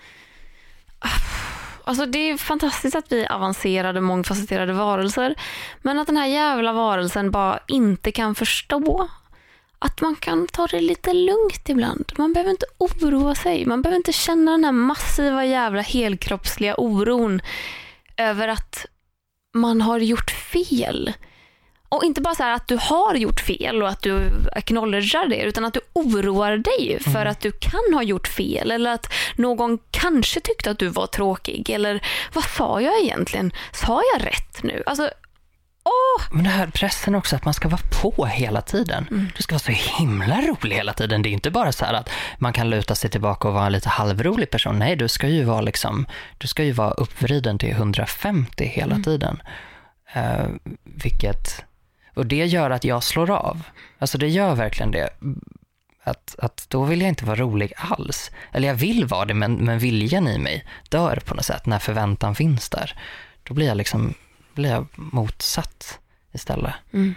Alltså det är fantastiskt att vi är avancerade, mångfacetterade varelser, men att den här jävla varelsen bara inte kan förstå att man kan ta det lite lugnt ibland. Man behöver inte oroa sig. Man behöver inte känna den här massiva jävla helkroppsliga oron över att man har gjort fel. Och inte bara så här att du har gjort fel och att du acknowledgar det, utan att du oroar dig för att du kan ha gjort fel, eller att någon kanske tyckte att du var tråkig, eller vad sa jag egentligen? Sa jag rätt nu? Alltså, åh! Men det här pressen också, att man ska vara på hela tiden. Mm. Du ska vara så himla rolig hela tiden. Det är inte bara så här att man kan luta sig tillbaka och vara en lite halvrolig person. Nej, du ska ju vara liksom, du ska ju vara uppvriden till hundrafemtio hela mm. tiden. Uh, vilket... Och det gör att jag slår av. Alltså det gör verkligen det. Att, att då vill jag inte vara rolig alls. Eller jag vill vara det, men, men viljan i mig dör på något sätt när förväntan finns där. Då blir jag liksom blir jag motsatt istället. Mm.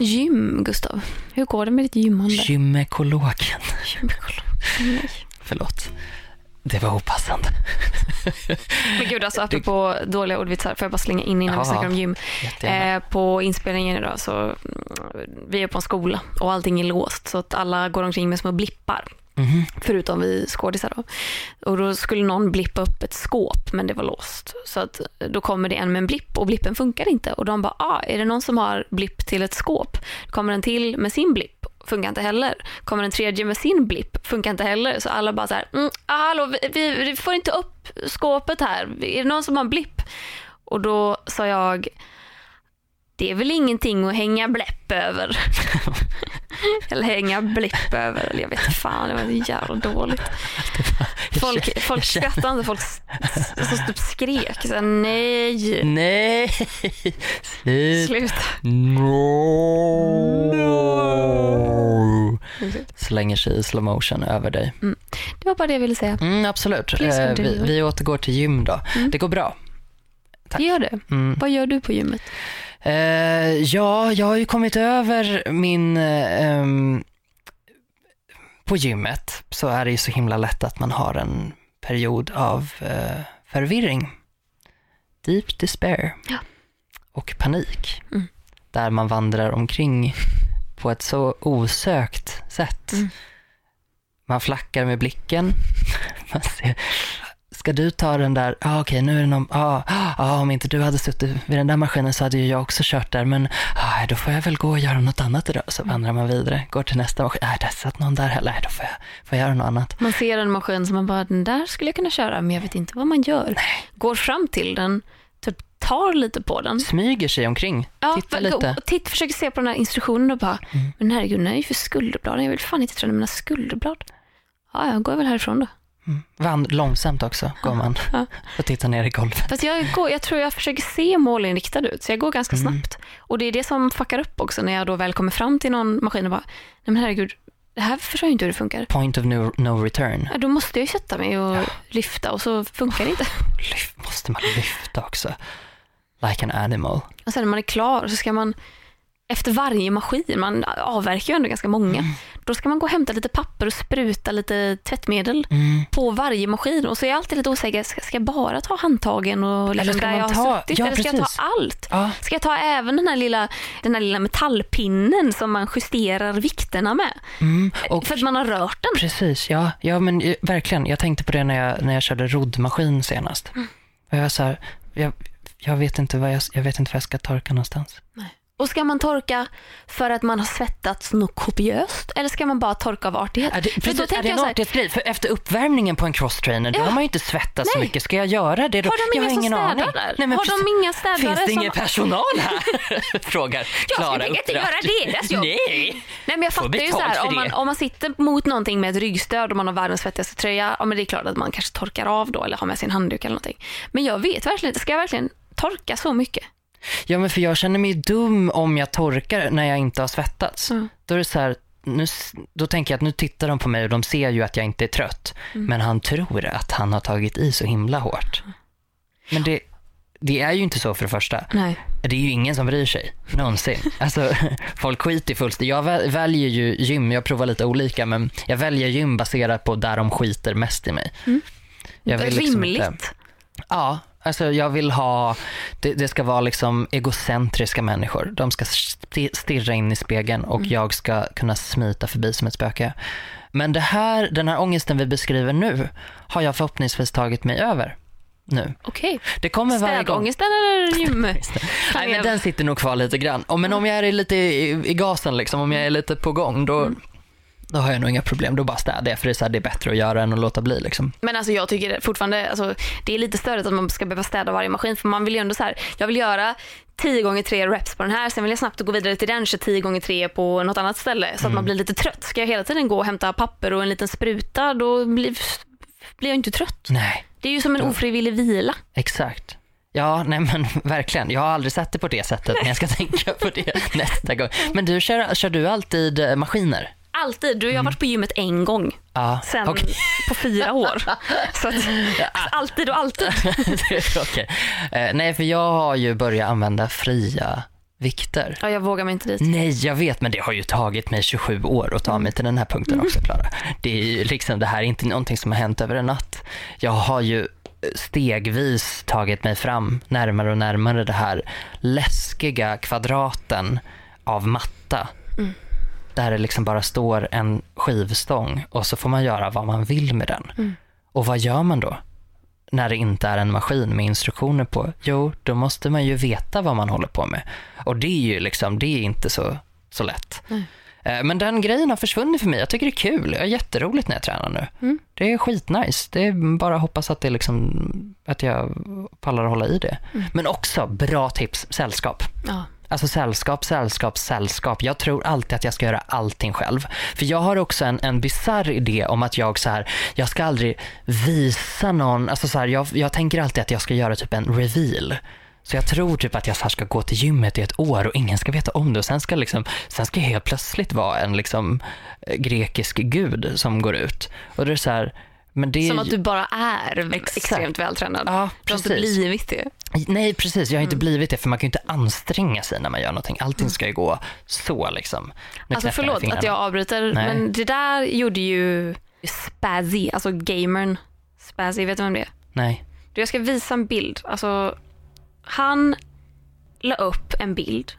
Gym, Gustav. Hur går det med ditt gymmande? Gynekologen. Gynekolog. Nej. Förlåt. Det var opassande. Men gud, alltså apropå det... dåliga ordvitsar, får jag bara slänga in innan ja, vi snackar om gym. Eh, på inspelningen idag så vi är på en skola och allting är låst så att alla går omkring med små blippar. Mm-hmm. Förutom vi skådisar då. Och då skulle någon blippa upp ett skåp, men det var låst. Så att då kommer det en med en blipp och blippen funkar inte. Och de bara, ah, är det någon som har blipp till ett skåp? Då kommer en till med sin blipp, funkar inte heller. Kommer en tredje med sin blipp, funkar inte heller. Så alla bara så här, mm, hallå, vi, vi, vi får inte upp skåpet här. Är det någon som har blipp? Och då sa jag, det är väl ingenting att hänga bläpp över. Eller hänga blipp över. Eller jag vet inte, fan, det var jävla dåligt. Folk, folk skrattade inte, folk så typ skrek. Så, nej. Nej. Sluta. No. No. Slänger sig i slow motion över dig. Mm. Det var bara det jag ville säga. Mm, absolut. Eh, vi, vi återgår till gym då. Mm. Det går bra. Tack. Det gör det. Mm. Vad gör du på gymmet? Uh, ja, jag har ju kommit över min... Um, på gymmet så är det ju så himla lätt att man har en period av uh, förvirring. Deep despair. Ja. Och panik. Mm. Där man vandrar omkring på ett så osökt sätt. Mm. Man flackar med blicken. Man ser... Ska du ta den där, ja ah, okej okay, nu är det någon, ja ah, ah, om inte du hade suttit vid den där maskinen så hade ju jag också kört där, men ah, då får jag väl gå och göra något annat idag. Så vandrar man vidare, går till nästa maskin, nej där satt någon där heller, då får jag, får jag göra något annat. Man ser en maskin som man bara, den där skulle jag kunna köra, men jag vet inte vad man gör. Nej. Går fram till den, typ tar lite på den. Smyger sig omkring, ja, tittar lite. Titt, försöker se på den här instruktionen och bara, mm. men herregud, den är ju för skulderbladen, jag vill fan inte träna mina skulderblad. Ja, jag går väl härifrån då. Mm. Vand långsamt också går man ja. Och tittar ner i golvet. Fast jag, går, jag tror jag försöker se målinriktad ut, så jag går ganska mm. snabbt. Och det är det som fuckar upp också när jag då väl kommer fram till någon maskin och bara, nej men herregud, det här förstår jag inte hur det funkar. Point of no, no return. Ja, då måste jag ju sätta mig och ja. lyfta och så funkar det inte. Lyft, måste man lyfta också? Like an animal. Och sen när man är klar så ska man efter varje maskin, man avverkar ju ändå ganska många, mm. då ska man gå och hämta lite papper och spruta lite tvättmedel mm. på varje maskin. Och så är jag alltid lite osäker, ska, ska jag bara ta handtagen och liksom där jag har suttit? Ja, eller ska precis. jag ta allt? Ja. Ska jag ta även den här lilla, den här lilla metallpinnen som man justerar vikterna med? Mm. Och för att man har rört den. Precis, ja, ja men verkligen. Jag tänkte på det när jag, när jag körde roddmaskin senast. Mm. Och jag, så här, jag, jag, vet inte vad jag, jag vet inte vad jag ska torka någonstans. Nej. Och ska man torka för att man har svettats något kopiöst? Eller ska man bara torka av artighet? Är det, precis, för då är det en artighetsgrej? För efter uppvärmningen på en crosstrainer, ja. Då har man ju inte svettats Nej. så mycket. Ska jag göra det då? Har de jag inga har ingen som aning. Där? Nej, men har precis, de inga städare finns det som... ingen personal här? Frågar Klara. Jag ska inte göra deras jobb. Nej. Nej, men jag fattar ju så här, om man, om man sitter mot någonting med ett ryggstöd och man har världens svettigaste tröja, ja men det är klart att man kanske torkar av då eller har med sin handduk eller någonting. Men jag vet verkligen inte, ska jag verkligen torka så mycket? Ja, men för jag känner mig dum om jag torkar när jag inte har svettats. Mm. Då är det så här, nu, då tänker jag att nu tittar de på mig och de ser ju att jag inte är trött. Mm. Men han tror att han har tagit i så himla hårt. Men det, det är ju inte så för det första. Nej. Det är ju ingen som bryr sig, någonsin. Alltså, folk skiter fullständigt. Jag väljer ju gym, jag provar lite olika, men jag väljer gym baserat på där de skiter mest i mig. Mm. Jag vill liksom rimligt. Inte, ja, alltså jag vill ha, det, det ska vara liksom egocentriska människor. De ska stirra in i spegeln och mm. jag ska kunna smita förbi som ett spöke. Men det här, den här ångesten vi beskriver nu har jag förhoppningsvis tagit mig över nu. Okej. Det kommer varje gång. Städångesten eller gym? Nej, men den sitter nog kvar lite grann. Och, men om jag är lite i, i gasen liksom, om jag är lite på gång, då... Mm. Då har jag nog inga problem, då bara städar jag, för det är, så här, det är bättre att göra än att låta bli liksom. Men alltså jag tycker fortfarande, alltså, det är lite störigt att man ska behöva städa varje maskin, för man vill ju ändå så här, jag vill göra tio gånger tre reps på den här, sen vill jag snabbt gå vidare till den, tio gånger tre på något annat ställe, så att mm. man blir lite trött. Ska jag hela tiden gå och hämta papper och en liten spruta, då blir, blir jag inte trött. Nej. Det är ju som en ofrivillig vila. Exakt. Ja, nej men verkligen. Jag har aldrig sett det på det sättet, men jag ska tänka på det nästa gång. Men du, kör, kör du alltid maskiner? Alltid. Du, jag har varit på gymmet en gång. Ah, sen okay. på fyra år. Så att, alltid och alltid. Okay. Eh, nej, för jag har ju börjat använda fria vikter. Ja, jag vågar mig inte dit. Nej, jag vet, men det har ju tagit mig tjugosju år att ta mig till den här punkten också, Klara. Det är ju liksom, det här är inte någonting som har hänt över en natt. Jag har ju stegvis tagit mig fram närmare och närmare det här läskiga kvadraten av matta. Mm. Där det liksom bara står en skivstång och så får man göra vad man vill med den. Mm. Och vad gör man då? När det inte är en maskin med instruktioner på. Jo, då måste man ju veta vad man håller på med. Och det är ju liksom, det är inte så, så lätt. Mm. Men den grejen har försvunnit för mig. Jag tycker det är kul. Jag är jätteroligt när jag tränar nu. Mm. Det är skitnice. Det är bara att hoppas att, det liksom, att jag pallar att hålla i det. Mm. Men också, bra tips, sällskap. Ja. Alltså sällskap, sällskap, sällskap. Jag tror alltid att jag ska göra allting själv. För jag har också en, en bizarr idé om att jag så här, jag ska aldrig visa någon. Alltså så här, jag, jag tänker alltid att jag ska göra typ en reveal. Så jag tror typ att jag så här ska gå till gymmet i ett år och ingen ska veta om det. Och sen ska, liksom, sen ska jag helt plötsligt vara en liksom grekisk gud som går ut. Och det är så här... Men det som är... att du bara är Exakt. extremt vältränad. Ja, precis. Du har inte blivit det. Nej, precis. Jag har inte mm. blivit det, för man kan ju inte anstränga sig när man gör någonting. Allting ska ju gå så liksom. Alltså förlåt att jag avbryter, Nej. men det där gjorde ju Spazzy, alltså gamern Spazzy, vet du vem det är? Nej. Jag ska visa en bild. Alltså, han la upp en bild.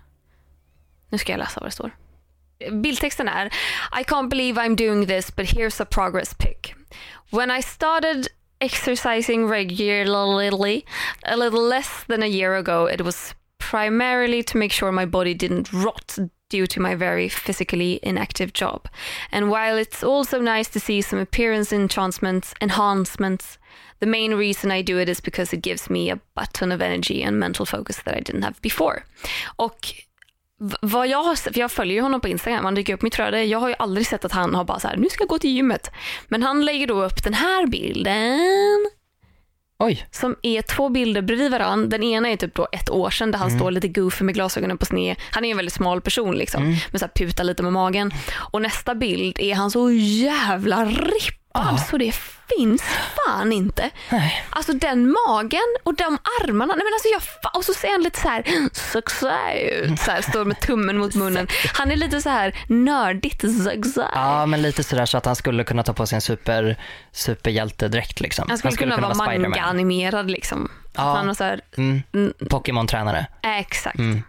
Nu ska jag läsa vad det står. Bildtexten är: I can't believe I'm doing this, but here's a progress pic. When I started exercising regularly, a little less than a year ago, it was primarily to make sure my body didn't rot due to my very physically inactive job. And while it's also nice to see some appearance enhancements, enhancements, the main reason I do it is because it gives me a ton of energy and mental focus that I didn't have before. Och vad jag har, för jag följer ju honom på Instagram, han dyker upp mitt flöde. Jag har ju aldrig sett att han har bara så här, nu ska jag gå till gymmet. Men han lägger då upp den här bilden. Oj. Som är två bilder bredvid varann. Den ena är typ då ett år sedan, där han mm. står lite goofy med glasögonen på sned. Han är en väldigt smal person liksom, mm. med så här puta lite med magen. Och nästa bild är han så jävla rippad, ah. så det finns fan inte. Nej. Alltså den magen och de armarna. Nej men alltså jag, och så ser han lite så här success, så här, står med tummen mot munnen. Han är lite så här nördigt success. Ja, men lite så där så att han skulle kunna ta på sin super superhjältedräkt liksom. Han skulle, han skulle kunna, kunna vara manga-animerad liksom. Ja. Han har så här mm. Pokémon-tränare. Exakt. Mm.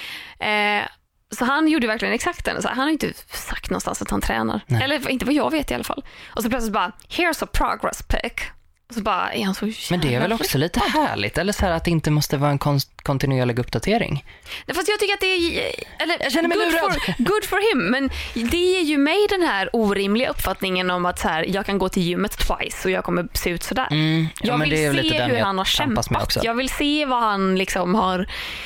Eh, Så han gjorde verkligen exakt den. Så han har inte sagt någonstans att han tränar. Nej. Eller inte vad jag vet i alla fall. Och så plötsligt bara, here's a progress pic. Och så bara är han så jävla... Men det är väl också lite härligt. Eller så här att det inte måste vara en kontinuerlig uppdatering. Nej, fast jag tycker att det är... Eller, jag känner mig good, lurad. for, good for him. Men det ger ju mig den här orimliga uppfattningen om att så här, jag kan gå till gymmet twice och jag kommer se ut sådär. Mm. Ja, jag vill se hur han har kämpat. Jag vill se vad han liksom har...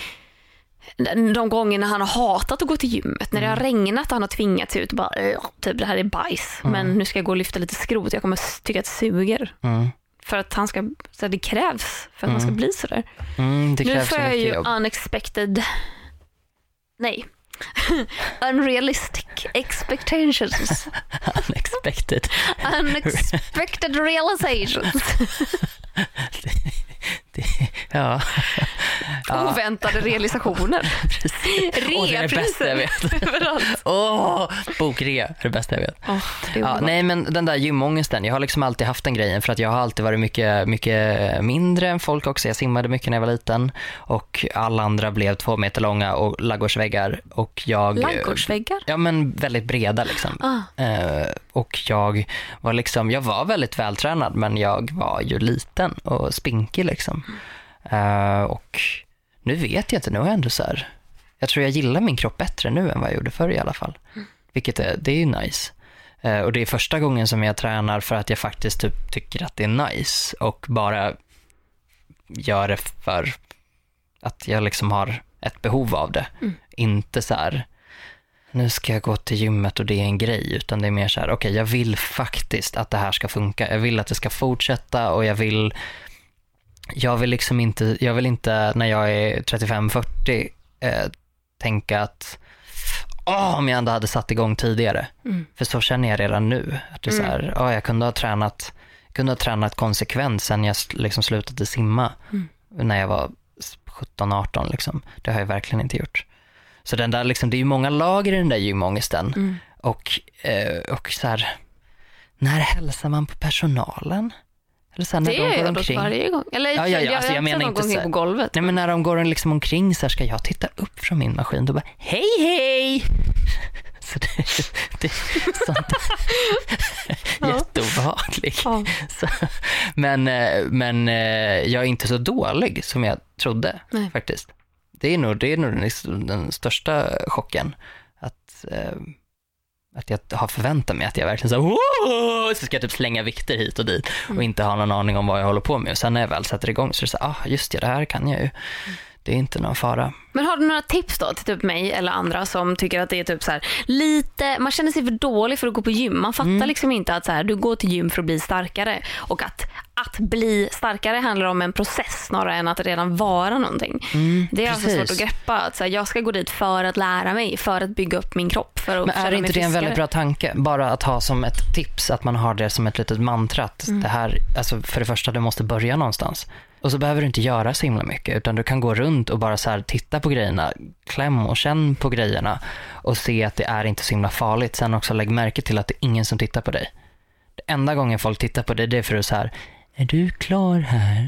De gångerna han har hatat att gå till gymmet, när det har regnat och han har tvingats ut och bara, typ det här är bajs, mm. men nu ska jag gå och lyfta lite skrot, jag kommer tycka att det suger. Mm. För att han ska, så det krävs för att mm. man ska bli sådär. Mm, det nu får jag ju jobb. unexpected nej unrealistic expectations. Unexpected Unexpected realizations. det, det, ja. Oväntade realisationer. Åh, det är det bästa jag vet. Åh, bokrea är det bästa jag vet. Oh, ja, nej, men den där gymångesten, jag har liksom alltid haft den grejen, för att jag har alltid varit mycket, mycket mindre än folk också. Jag simmade mycket när jag var liten och alla andra blev två meter långa och laggårdsväggar. Och jag, laggårdsväggar? Ja, men väldigt breda liksom. Ah. Uh, och jag var liksom, jag var väldigt vältränad, men jag var ju liten och spinkig liksom. Uh, och nu vet jag inte, nu är jag ändå så här, jag tror jag gillar min kropp bättre nu än vad jag gjorde förr i alla fall. Mm. Vilket är, det är ju nice. Uh, och det är första gången som jag tränar för att jag faktiskt typ tycker att det är nice och bara gör det för att jag liksom har ett behov av det. Mm. Inte så här, nu ska jag gå till gymmet och det är en grej, utan det är mer så här, okej, okay, jag vill faktiskt att det här ska funka. Jag vill att det ska fortsätta och jag vill jag vill liksom inte, jag vill inte när jag är trettiofem fyrtio eh, tänka att åh, om jag ändå hade satt igång tidigare. Mm. För så känner jag redan nu. Att det är mm. så här, åh, jag kunde ha tränat kunde ha tränat konsekvent sen jag liksom slutade simma mm. när jag var sjutton arton liksom. Det har jag verkligen inte gjort. Så den där liksom, det är ju många lager i den där gymångesten. Mm. Och, eh, och så här, när hälsar man på personalen? Eller så här, när det de går är omkring. Varje gång. Eller Ja, ja, ja. jag, Alltså, jag jag menar inte så här, på golvet. nej, men när de går liksom omkring så här, ska jag titta upp från min maskin, då bara, hej hej! Så det, det är sånt där. Jätteobehagligt. Ja. Så, men, men jag är inte så dålig som jag trodde. Nej. Faktiskt. Det är nog, det är nog den, den största chocken. Att, eh, att jag har förväntat mig att jag verkligen så, här, så ska jag typ slänga vikter hit och dit och mm. inte ha någon aning om vad jag håller på med. Och sen när jag väl sätter igång så är det så, ah, just det, det här kan jag ju. Mm. Det är inte någon fara. Men har du några tips då till typ mig eller andra som tycker att det är typ så här lite, man känner sig för dålig för att gå på gym. Man fattar mm. liksom inte att så här, du går till gym för att bli starkare och att att bli starkare handlar om en process snarare än att redan vara någonting. Mm, det är precis. Alltså svårt att greppa att så här, jag ska gå dit för att lära mig, för att bygga upp min kropp, för att. Men är inte det en väldigt bra tanke? Bara att ha som ett tips att man har det som ett litet mantra att mm. det här, alltså för det första, du måste börja någonstans. Och så behöver du inte göra så himla mycket, utan du kan gå runt och bara så här titta på grejerna, kläm och känn på grejerna och se att det är inte så himla farligt. Sen också lägg märke till att det är ingen som tittar på dig. Det enda gången folk tittar på dig, det är för att så här, är du klar här?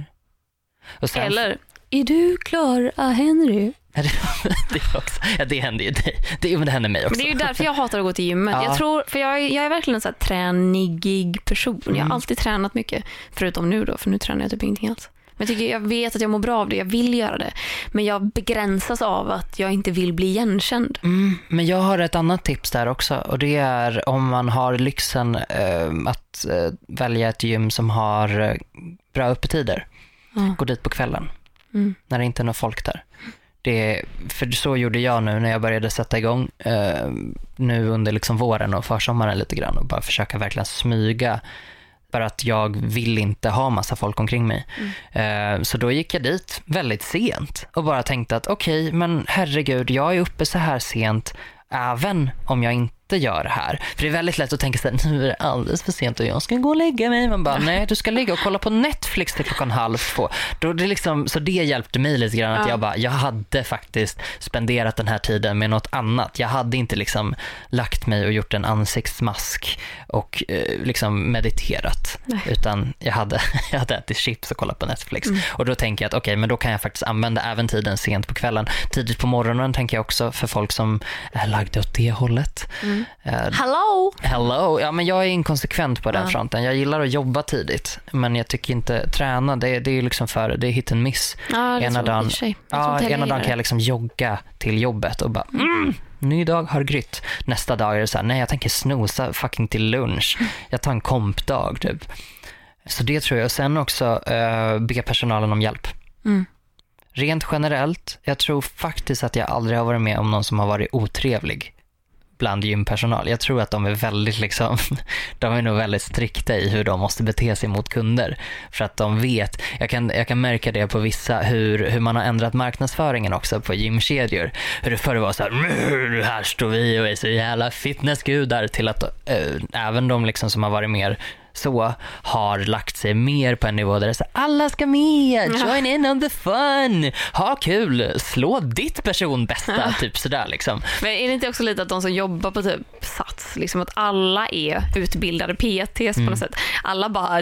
Och sen, eller, är du klar, ah, Henry? det, också, ja, det händer ju dig. Det, men det händer mig också. Men det är ju därför jag hatar att gå till gymmet. Ja. Jag tror, för jag, jag är verkligen en så här tränigig person. Mm. Jag har alltid tränat mycket, förutom nu då, för nu tränar jag typ ingenting alls. Men jag, tycker, jag vet att jag mår bra av det, jag vill göra det. Men jag begränsas av att jag inte vill bli igenkänd. Mm, men jag har ett annat tips där också. Och det är om man har lyxen eh, att eh, välja ett gym som har eh, bra öppettider. Mm. Gå dit på kvällen. Mm. När det inte är någon folk där. Det, för så gjorde jag nu när jag började sätta igång eh, nu under liksom våren och försommaren lite grann. Och bara försöka verkligen smyga. För att jag vill inte ha massa folk omkring mig. Mm. Så då gick jag dit väldigt sent och bara tänkte att okej, okay, men herregud, jag är uppe så här sent även om jag inte gör det här. För det är väldigt lätt att tänka så här, nu är det alldeles för sent och jag ska gå och lägga mig. Man bara, nej, du ska ligga och kolla på Netflix till klockan halv två. Då det liksom, så det hjälpte mig lite grann att ja. jag bara, jag hade faktiskt spenderat den här tiden med något annat. Jag hade inte liksom lagt mig och gjort en ansiktsmask och eh, liksom mediterat. Nej. Utan jag hade, jag hade ätit chips och kollat på Netflix. Mm. Och då tänker jag att okej, okay, men då kan jag faktiskt använda även tiden sent på kvällen. Tidigt på morgonen tänker jag också för folk som är lagda åt det hållet. Mm. Uh, hello! Hello! Ja, men jag är inkonsekvent på den ja. fronten. Jag gillar att jobba tidigt, men jag tycker inte träna. Det, det är liksom för, det är hit and miss. Ja, ena dagen, ja, ena dagen kan jag liksom jogga till jobbet och bara, mm, ny dag har grytt. Nästa dag är det så här, nej, jag tänker snosa fucking till lunch. Jag tar en kompdag typ. Så det tror jag. Sen också uh, be personalen om hjälp. Mm. Rent generellt, jag tror faktiskt att jag aldrig har varit med om någon som har varit otrevlig bland gympersonal. Jag tror att de är väldigt liksom, de är nog väldigt strikta i hur de måste bete sig mot kunder. För att de vet, jag kan, jag kan märka det på vissa, hur, hur man har ändrat marknadsföringen också på gymkedjor. Hur det förr var så här, här står vi och är så jävla fitnessgudar, till att äh, även de liksom som har varit mer så har lagt sig mer på en nivå där det är så alla ska med, join in on the fun, ha kul, slå ditt person bästa, typ sådär liksom. Men är det inte också lite att de som jobbar på typ Sats, liksom att alla är utbildade P T:s mm. på något sätt, alla bara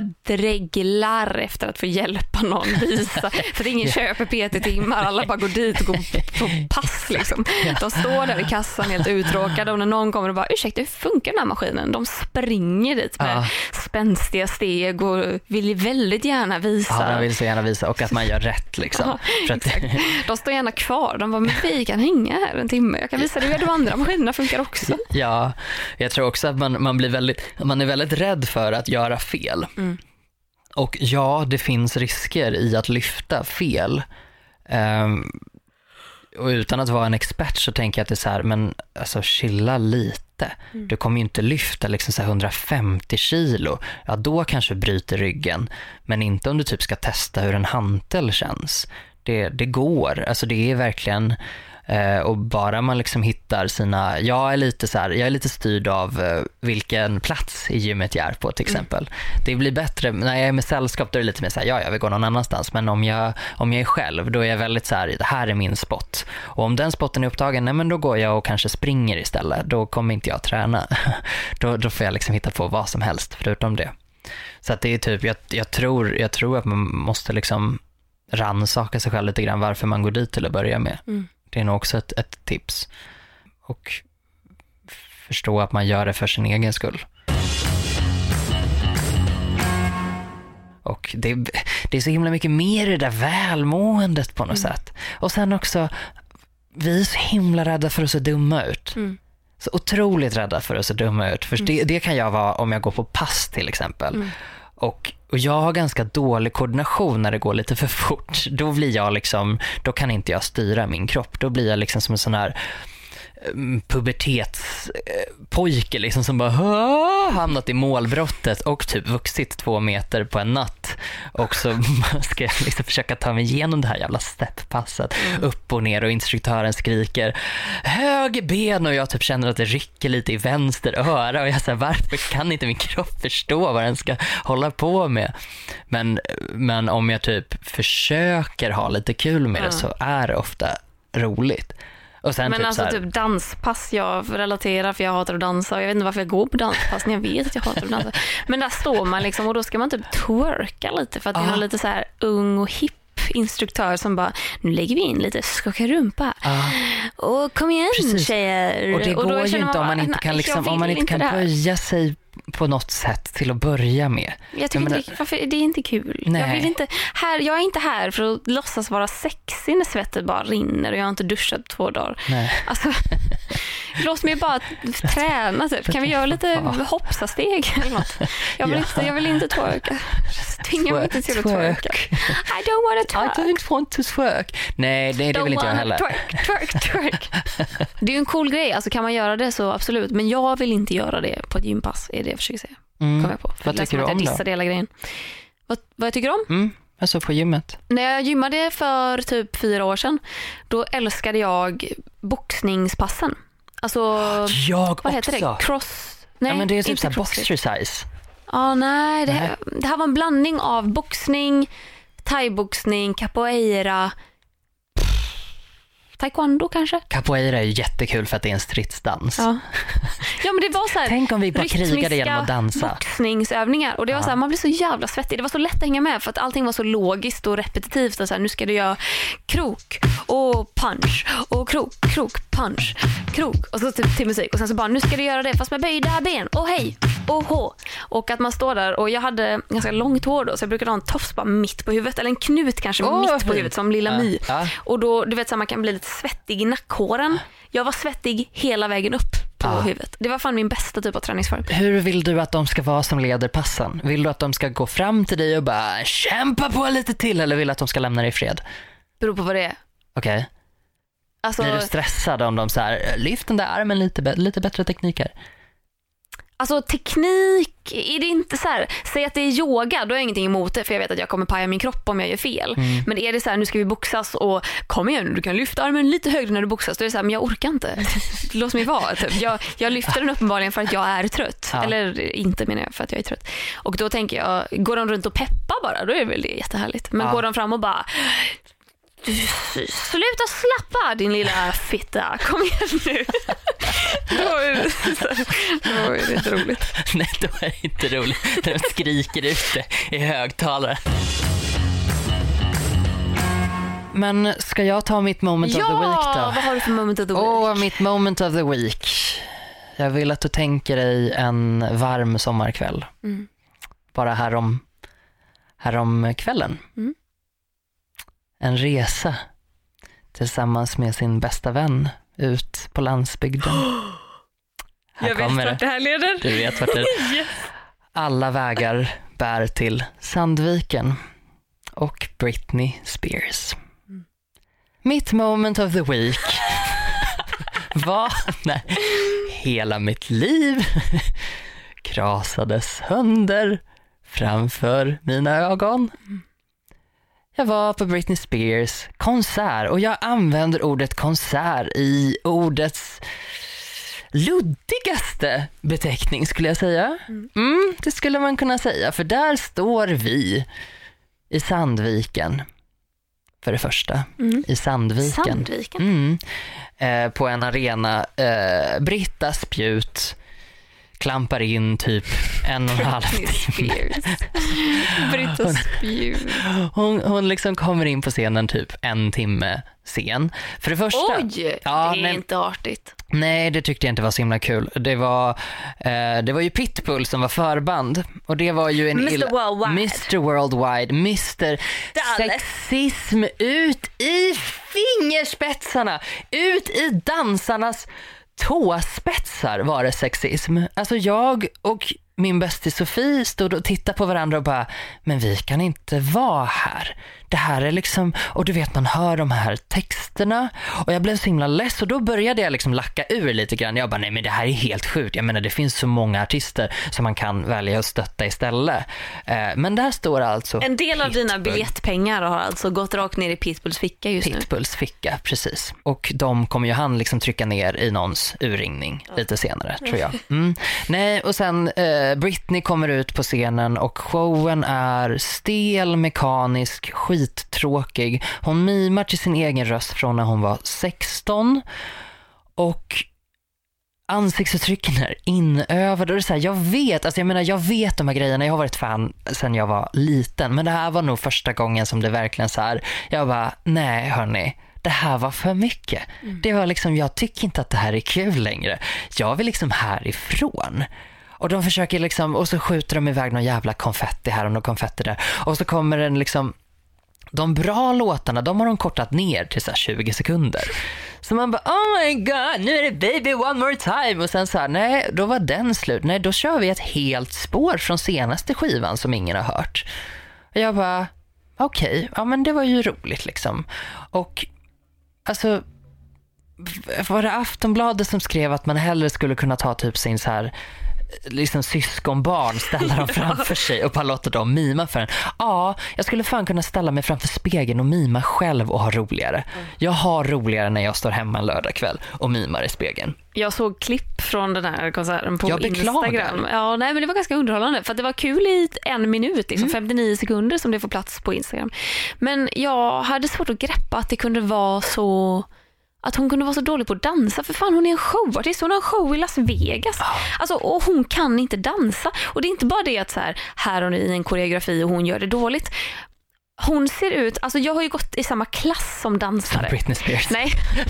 dreglar efter att få hjälpa någon visa, för att ingen köper P T-timmar, alla bara går dit och går på pass liksom. De står där i kassan helt uttråkade och när någon kommer och bara, ursäkta, hur funkar den här maskinen? De springer dit med ja. spänstiga steg och vill väldigt gärna visa. Ja, de vill så gärna visa och att man gör rätt liksom. Ja, för att... De står gärna kvar. De bara, men vi kan hänga här en timme. Jag kan visa dig hur de andra maskinerna funkar också. Ja, jag tror också att man, man blir väldigt, man är väldigt rädd för att göra fel. Mm. Och ja, det finns risker i att lyfta fel. Um, och utan att vara en expert så tänker jag att det är så här, men alltså chilla lite. Mm. Du kommer ju inte lyfta liksom så här hundrafemtio kilo. Ja, då kanske bryter ryggen. Men inte om du typ ska testa hur en hantel känns. Det, det går. Alltså det är verkligen... Eh, och bara man liksom hittar sina, jag är lite så här, jag är lite styrd av eh, vilken plats i gymmet jag är på till exempel. Mm. Det blir bättre, när jag är med sällskap då är det lite mer så här, ja jag vill gå någon annanstans, men om jag, om jag är själv då är jag väldigt så här, det här är min spot. Och om den spotten är upptagen, nej men då går jag och kanske springer istället, då kommer inte jag träna. då, då får jag liksom hitta på vad som helst förutom det. Så att det är typ, jag, jag, tror, jag tror att man måste liksom rannsaka sig själv lite grann varför man går dit till att börja med. Mm. Det är nog också ett, ett tips. Och förstå att man gör det för sin egen skull. Och det, det är så himla mycket mer i det där välmåendet på något mm. sätt. Och sen också, vi är så himla rädda för att se dumma ut. Mm. Så otroligt rädda för att se dumma ut. För mm. det, det kan jag vara om jag går på pass till exempel. Mm. Och, och jag har ganska dålig koordination när det går lite för fort. Då blir jag liksom, då kan inte jag styra min kropp. Då blir jag liksom som en sån här pubertetspojke liksom som bara hamnat i målbrottet och typ vuxit två meter på en natt. Och så ska jag liksom försöka ta mig igenom det här jävla steppasset mm. upp och ner och instruktören skriker höger ben och jag typ känner att det rycker lite i vänster öra och jag säger varför kan inte min kropp förstå vad den ska hålla på med. Men, men om jag typ försöker ha lite kul med mm. det så är det ofta roligt. Och sen men typ alltså så här, typ danspass jag relaterar för jag hatar att dansa och jag vet inte varför jag går på danspass när jag vet att jag hatar att dansa. Men där står man liksom och då ska man typ twerka lite för att ah. det är lite så här ung och hipp instruktör som bara, nu lägger vi in lite skaka rumpa. Ah. Och kom igen Precis. Tjejer. Och det och går ju inte om man inte kan, liksom, om man inte kan böja sig på något sätt till att börja med. Jag tycker jag inte, varför, det är inte kul. Nej. Jag vill inte, här, jag är inte här för att låtsas vara sexig när svettet bara rinner och jag har inte duschat två dagar. Nej. Alltså, låt mig bara träna typ. Kan vi göra lite hoppsasteg eller något? Jag vill, ja. inte, jag vill inte twerka. Tvinga mig inte till att twerka. I don't want to twerk. I don't want to twerk. Nej, det, det vill inte jag heller. Twerk, twerk, twerk. Det är ju en cool grej. Alltså kan man göra det så absolut. Men jag vill inte göra det på ett gympass. Är det jag försöker säga. Mm. Kommer jag på. För vad tycker du om då? Jag hela grejen. Vad, vad jag tycker om? Mm. Alltså på gymmet. När jag gymmade för typ fyra år sedan, då älskade jag boxningspassen. Alltså, jag vad heter också. det? Cross... Nej, ja, men det är typ så här boxercise. Ja, ah, nej. Det, nej. det här var en blandning av boxning, thaiboxning, capoeira, taekwondo kanske. Capoeira är ju jättekul för att det är en stridsdans. Ja, ja men det var så här. Tänk om vi bara krigade genom att dansa. Boxningsövningar. Och det var ja. så här, man blev så jävla svettig. Det var så lätt att hänga med för att allting var så logiskt och repetitivt. Och så här, nu ska du göra krok och punch och krok, krok, punch, krok. Och så typ till musik. Och sen så bara, nu ska du göra det fast med böjda ben. Och hej, och hå. Och att man står där. Och jag hade ganska långt hår då. Så jag brukade ha en tofs bara mitt på huvudet. Eller en knut kanske oh, mitt på huvudet som lilla ja. My. Ja. Och då, du vet så här, man kan bli lite svettig i nackhåren. Jag var svettig hela vägen upp på ah. huvudet. Det var fan min bästa typ av träningsform. Hur vill du att de ska vara som leder passen? Vill du att de ska gå fram till dig och bara kämpa på lite till eller vill du att de ska lämna dig i fred? Beror på vad det är. Okej. Okay. Alltså, blir du stressad om de så här, lyft den där armen lite, lite bättre tekniker? Alltså teknik, är det inte så här, säg att det är yoga, då är jag ingenting emot det för jag vet att jag kommer paja min kropp om jag gör fel. Mm. Men är det så här, nu ska vi boxas och kom igen, du kan lyfta armen lite högre när du boxas, då är det så här, men jag orkar inte. Låt mig vara. Typ. Jag, jag lyfter den uppenbarligen för att jag är trött. Ja. Eller inte menar jag för att jag är trött. Och då tänker jag, går de runt och peppar bara, då är det väl det jättehärligt. Men ja. går de fram och bara... sluta slappa din lilla fitta. Kom igen nu. Då är det, så, då är det inte roligt. Nej, då är det inte roligt. De skriker ut det i högtalare. Men ska jag ta mitt moment ja, of the week då? Ja, vad har du för moment of the week? Åh, oh, mitt moment of the week. Jag vill att du tänker dig en varm sommarkväll. Mm. Bara här om, här om kvällen. Mm. En resa tillsammans med sin bästa vän ut på landsbygden. Här jag vet vart det här leder. Du vet vart det är. Yes. Alla vägar bär till Sandviken och Britney Spears. Mm. Mitt moment of the week var när hela mitt liv krasades sönder framför mina ögon. Mm. Jag var på Britney Spears konsert och jag använder ordet konsert i ordets luddigaste beteckning skulle jag säga. Mm, det skulle man kunna säga, för där står vi i Sandviken. För det första, mm. i Sandviken. Sandviken. Mm. Eh, på en arena. Eh, Britta Spjut klampar in typ en och en halv timme. Britta Spjut. Hon, hon liksom kommer in på scenen typ en timme sen. För det första... Oj, ja, det är nej, inte artigt. Nej, det tyckte jag inte var så himla kul. Det var, eh, det var ju Pitbull som var förband. Och det var ju en mister illa... Worldwide. mister Worldwide. mister Sexism ut i fingerspetsarna. Ut i dansarnas tåspetsar var det sexism. Alltså jag och min bästis Sofie stod och tittade på varandra och bara, men vi kan inte vara här. Det här är liksom, och du vet man hör de här texterna och jag blev så himla less och då började jag liksom lacka ur lite grann. Jag bara, nej men det här är helt sjukt. Jag menar det finns så många artister som man kan välja att stötta istället. Eh, men där står alltså en del av Pitbull. Dina biljettpengar har alltså gått rakt ner i Pitbulls ficka just Pitbulls nu. Pitbulls ficka, precis. Och de kommer ju han liksom trycka ner i någons urringning ja. lite senare, tror jag. Mm. Nej, och sen eh, Britney kommer ut på scenen och showen är stel, mekanisk, skittråkig. Hon mimar till sin egen röst från när hon var sexton och ansiktsuttrycken är inövade och det är så här, jag vet, alltså jag menar jag vet de här grejerna, jag har varit fan sedan jag var liten, men det här var nog första gången som det verkligen så här, jag bara, nej hörni, det här var för mycket. Mm. Det var liksom, jag tycker inte att det här är kul längre. Jag vill liksom härifrån. Och de försöker liksom, och så skjuter de iväg någon jävla konfetti här och någon konfetti där. Och så kommer den liksom, de bra låtarna, de har de kortat ner till så här tjugo sekunder. Så man bara, oh my god, nu är det baby one more time. Och sen så här, nej, då var den slut. Nej, då kör vi ett helt spår från senaste skivan som ingen har hört. Och jag bara, okej, okay, ja men det var ju roligt liksom. Och alltså, var det Aftonbladet som skrev att man hellre skulle kunna ta typ sin så här liksom syskonbarn, ställa dem framför sig och bara låta dem mima för en. Ja, jag skulle fan kunna ställa mig framför spegeln och mima själv och ha roligare. Jag har roligare när jag står hemma en lördagkväll och mimar i spegeln. Jag såg klipp från den här konserten på jag Instagram. Ja, nej, men det var ganska underhållande för att det var kul i en minut, liksom mm. femtionio sekunder som det får plats på Instagram. Men jag hade svårt att greppa att det kunde vara så... att hon kunde vara så dålig på att dansa. För fan, hon är en showartist. Hon har en show i Las Vegas. Alltså, och hon kan inte dansa. Och det är inte bara det att så här, här har ni en koreografi och hon gör det dåligt. Hon ser ut, alltså jag har ju gått i samma klass som dansare. Som Britney Spears. Nej,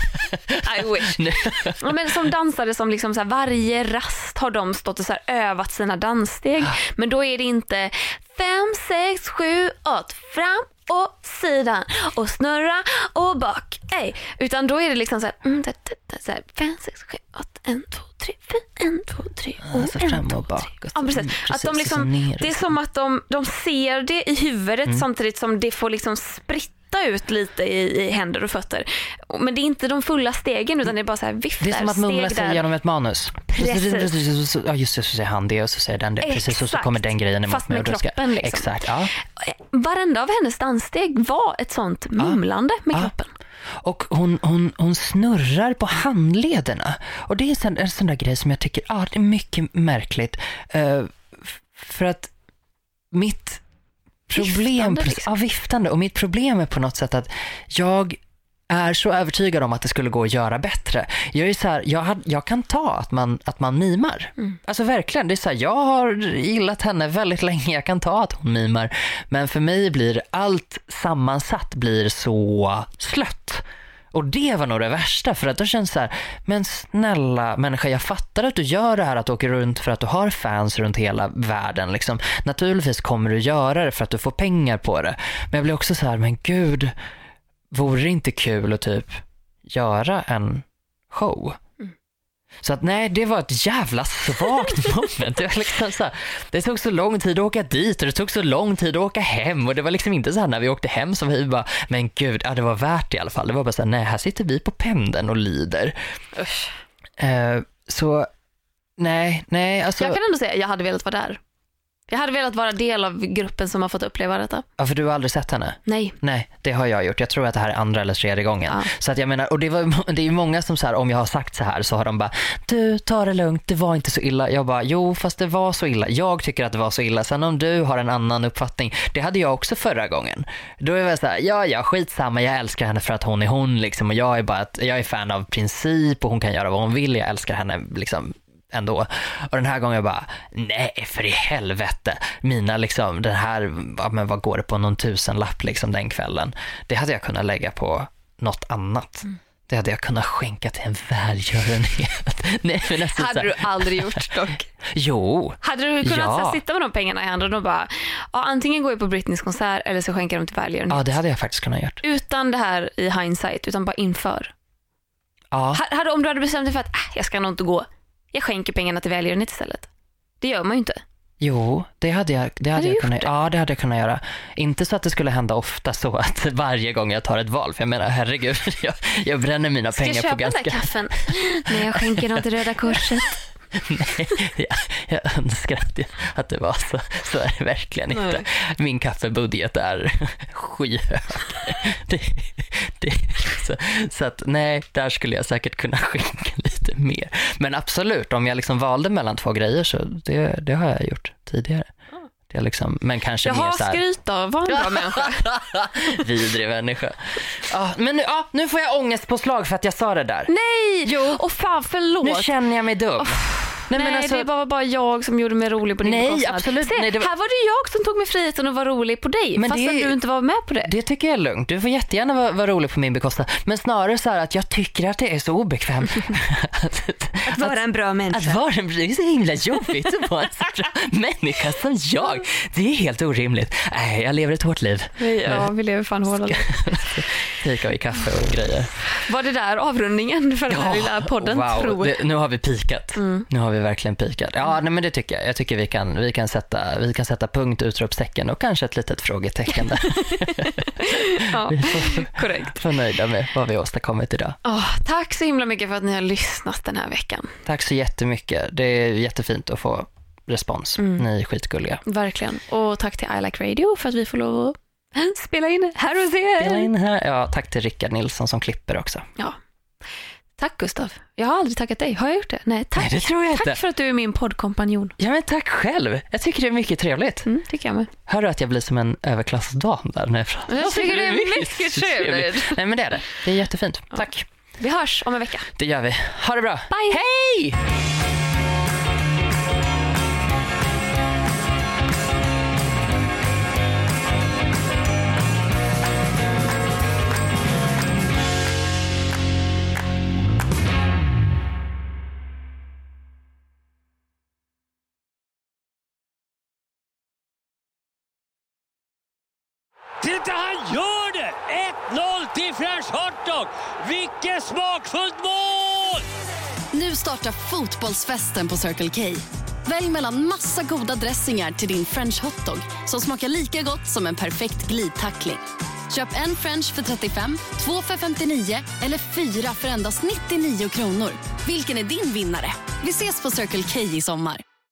I wish. Men som dansare som liksom så här, varje rast har de stått och så här, övat sina danssteg. Men då är det inte fem, sex, sju, åt, fram och sidan och snurra och bak. Ej. Utan då är det liksom så här, mm, det, det, det, så här fem, sex, sju, åtta, en, två, tre, fyra, en, två, tre och alltså en, fram två, och bak. tre. Ja, precis. Att de liksom, det är som att de, de ser det i huvudet mm. samtidigt som det får liksom spritta ut lite i, i händer och fötter. Men det är inte de fulla stegen utan det är bara så här viftar. Det är som att mumla sig genom ett manus. Precis. Ja, just det, så säger han det och så säger den det. Precis, exakt. Och så kommer den grejen emot fast mig. med kroppen ska... liksom. Exakt, ja. Varenda av hennes danssteg var ett sånt mumlande ja. med kroppen. Ja. Och hon, hon, hon snurrar på handlederna. Och det är en sån, en sån där grej som jag tycker ah, det är mycket märkligt. Uh, för att mitt problem... Viftande, liksom. Ja, viftande. Och mitt problem är på något sätt att jag är så övertygad om att det skulle gå att göra bättre. Jag är så här, jag, had, jag kan ta att man, att man mimar. Mm. Alltså verkligen, det är så här, jag har gillat henne väldigt länge. Jag kan ta att hon mimar. Men för mig blir allt sammansatt blir så slött. Och det var nog det värsta, för att då känns så här, men snälla människa, jag fattar att du gör det här, att du åker runt för att du har fans runt hela världen. Liksom. Naturligtvis kommer du göra det för att du får pengar på det. Men jag blir också så här, men gud, vore det inte kul att typ göra en show? Mm. Så att nej, det var ett jävla svagt moment. Det var liksom så här, det tog så lång tid att åka dit och det tog så lång tid att åka hem. Och det var liksom inte så här när vi åkte hem som vi bara, men gud, ja, det var värt det i alla fall. Det var bara så här, nej, här sitter vi på pendeln och lider. Uh, så nej, nej, alltså... Jag kan ändå säga, jag hade velat vara där. Jag hade velat vara del av gruppen som har fått uppleva detta. Ja, för du har aldrig sett henne? Nej. Nej, det har jag gjort. Jag tror att det här är andra eller tredje gången. Ja. Så att jag menar, och det, var, det är ju många som så här, om jag har sagt så här så har de bara, du, ta det lugnt, det var inte så illa. Jag bara, jo, fast det var så illa. Jag tycker att det var så illa. Sen om du har en annan uppfattning, det hade jag också förra gången. Då är jag så här, ja, ja, skitsamma, jag älskar henne för att hon är hon liksom. Och jag är bara, att, jag är fan av princip och hon kan göra vad hon vill. Jag älskar henne liksom ändå. Och den här gången jag bara, nej för i helvete, mina liksom, den här, ja, men vad går det på, någon tusenlapp liksom den kvällen, det hade jag kunnat lägga på något annat. Mm. Det hade jag kunnat skänka till en välgörenhet. Nej, men nästan hade du aldrig gjort dock? Jo. Hade du kunnat ja. sitta med de pengarna i handen och bara, ja, antingen går jag på Britneys konsert eller så skänker de till välgörenhet? Ja, det hade jag faktiskt kunnat gjort. Utan det här i hindsight, utan bara inför. Ja. Hade, om du hade bestämt dig för att äh, jag ska nog inte gå, jag skänker pengarna till välgörenhet istället. Det gör man ju inte. Jo, det hade jag, det hade hade jag kunnat, det? ja, det hade jag kunnat göra. Inte så att det skulle hända ofta så att varje gång jag tar ett val, för jag menar, herregud, jag, jag bränner mina ska pengar på ganska... Ska jag köpa den där kaffen? Nej, jag skänker dem till Röda Korset. Nej, jag, jag önskar att det, att det var så. Så är det verkligen inte. Nej. Min kaffebudget är skyhög. Det, det, så, så att nej, där skulle jag säkert kunna skänka lite mer. Men absolut, om jag liksom valde mellan två grejer så det, det har jag gjort tidigare. Det är liksom, men kanske jag mer har så här... skryt av, var en bra människa. Vidrig människa. Ja, men nu, ja, nu får jag ångest på slag för att jag sa det där. Nej! Jo. Och fan, förlåt. Nu känner jag mig dum. Oh. Nej, Nej, men alltså... det var bara jag som gjorde mig rolig på din Nej, bekostnad. absolut. Se, Nej, det var... här var det jag som tog mig friheten att vara rolig på dig, men fast det... att du inte var med på det. Det tycker jag är lugnt. Du får jättegärna vara, vara rolig på min bekostnad. Men snarare så här att jag tycker att det är så obekvämt. att, att vara en bra människa. Att vara en, det är så himla jobbigt att vara en så bra människa som jag. Det är helt orimligt. Nej, jag lever ett hårt liv. Ja, vi lever fan hårda liv. Fika i kaffe och grejer. Var det där avrundningen för den här ja, lilla podden? Wow, tror det, nu har vi pikat. Mm. Nu har vi verkligen pikat. Ja, nej, men det tycker jag. Jag tycker vi kan, vi kan, sätta, vi kan sätta punkt, utropstecken och kanske ett litet frågetecken där. Ja, vi får, korrekt. Får nöjda med vad vi åstadkommit idag. Oh, tack så himla mycket för att ni har lyssnat den här veckan. Tack så jättemycket. Det är jättefint att få respons. Mm. Ni är skitgulliga. Verkligen. Och tack till I Like Radio för att vi får lov att spela in här hos er. Spela in här. Ja, tack till Rickard Nilsson som klipper också. Ja. Tack Gustav. Jag har aldrig tackat dig. Har jag gjort det? Nej, tack. Nej, det tror jag tack inte. för att du är min poddkompanjon. Ja, men tack själv. Jag tycker det är mycket trevligt. Mm, tycker jag med. Hör du att jag blir som en överklassdam där när jag pratar? Jag tycker det är mycket trevligt. Nej, men det är det. Det är jättefint. Ja. Tack. Vi hörs om en vecka. Det gör vi. Ha det bra. Bye. Hej! Titta, han gör det! ett noll till French Hotdog! Vilket smakfullt mål! Nu startar fotbollsfesten på Circle K. Välj mellan massa goda dressingar till din French Hotdog som smakar lika gott som en perfekt glidtackling. Köp en French för trettiofem, två för femtionio eller fyra för endast nittionio kronor. Vilken är din vinnare? Vi ses på Circle K i sommar.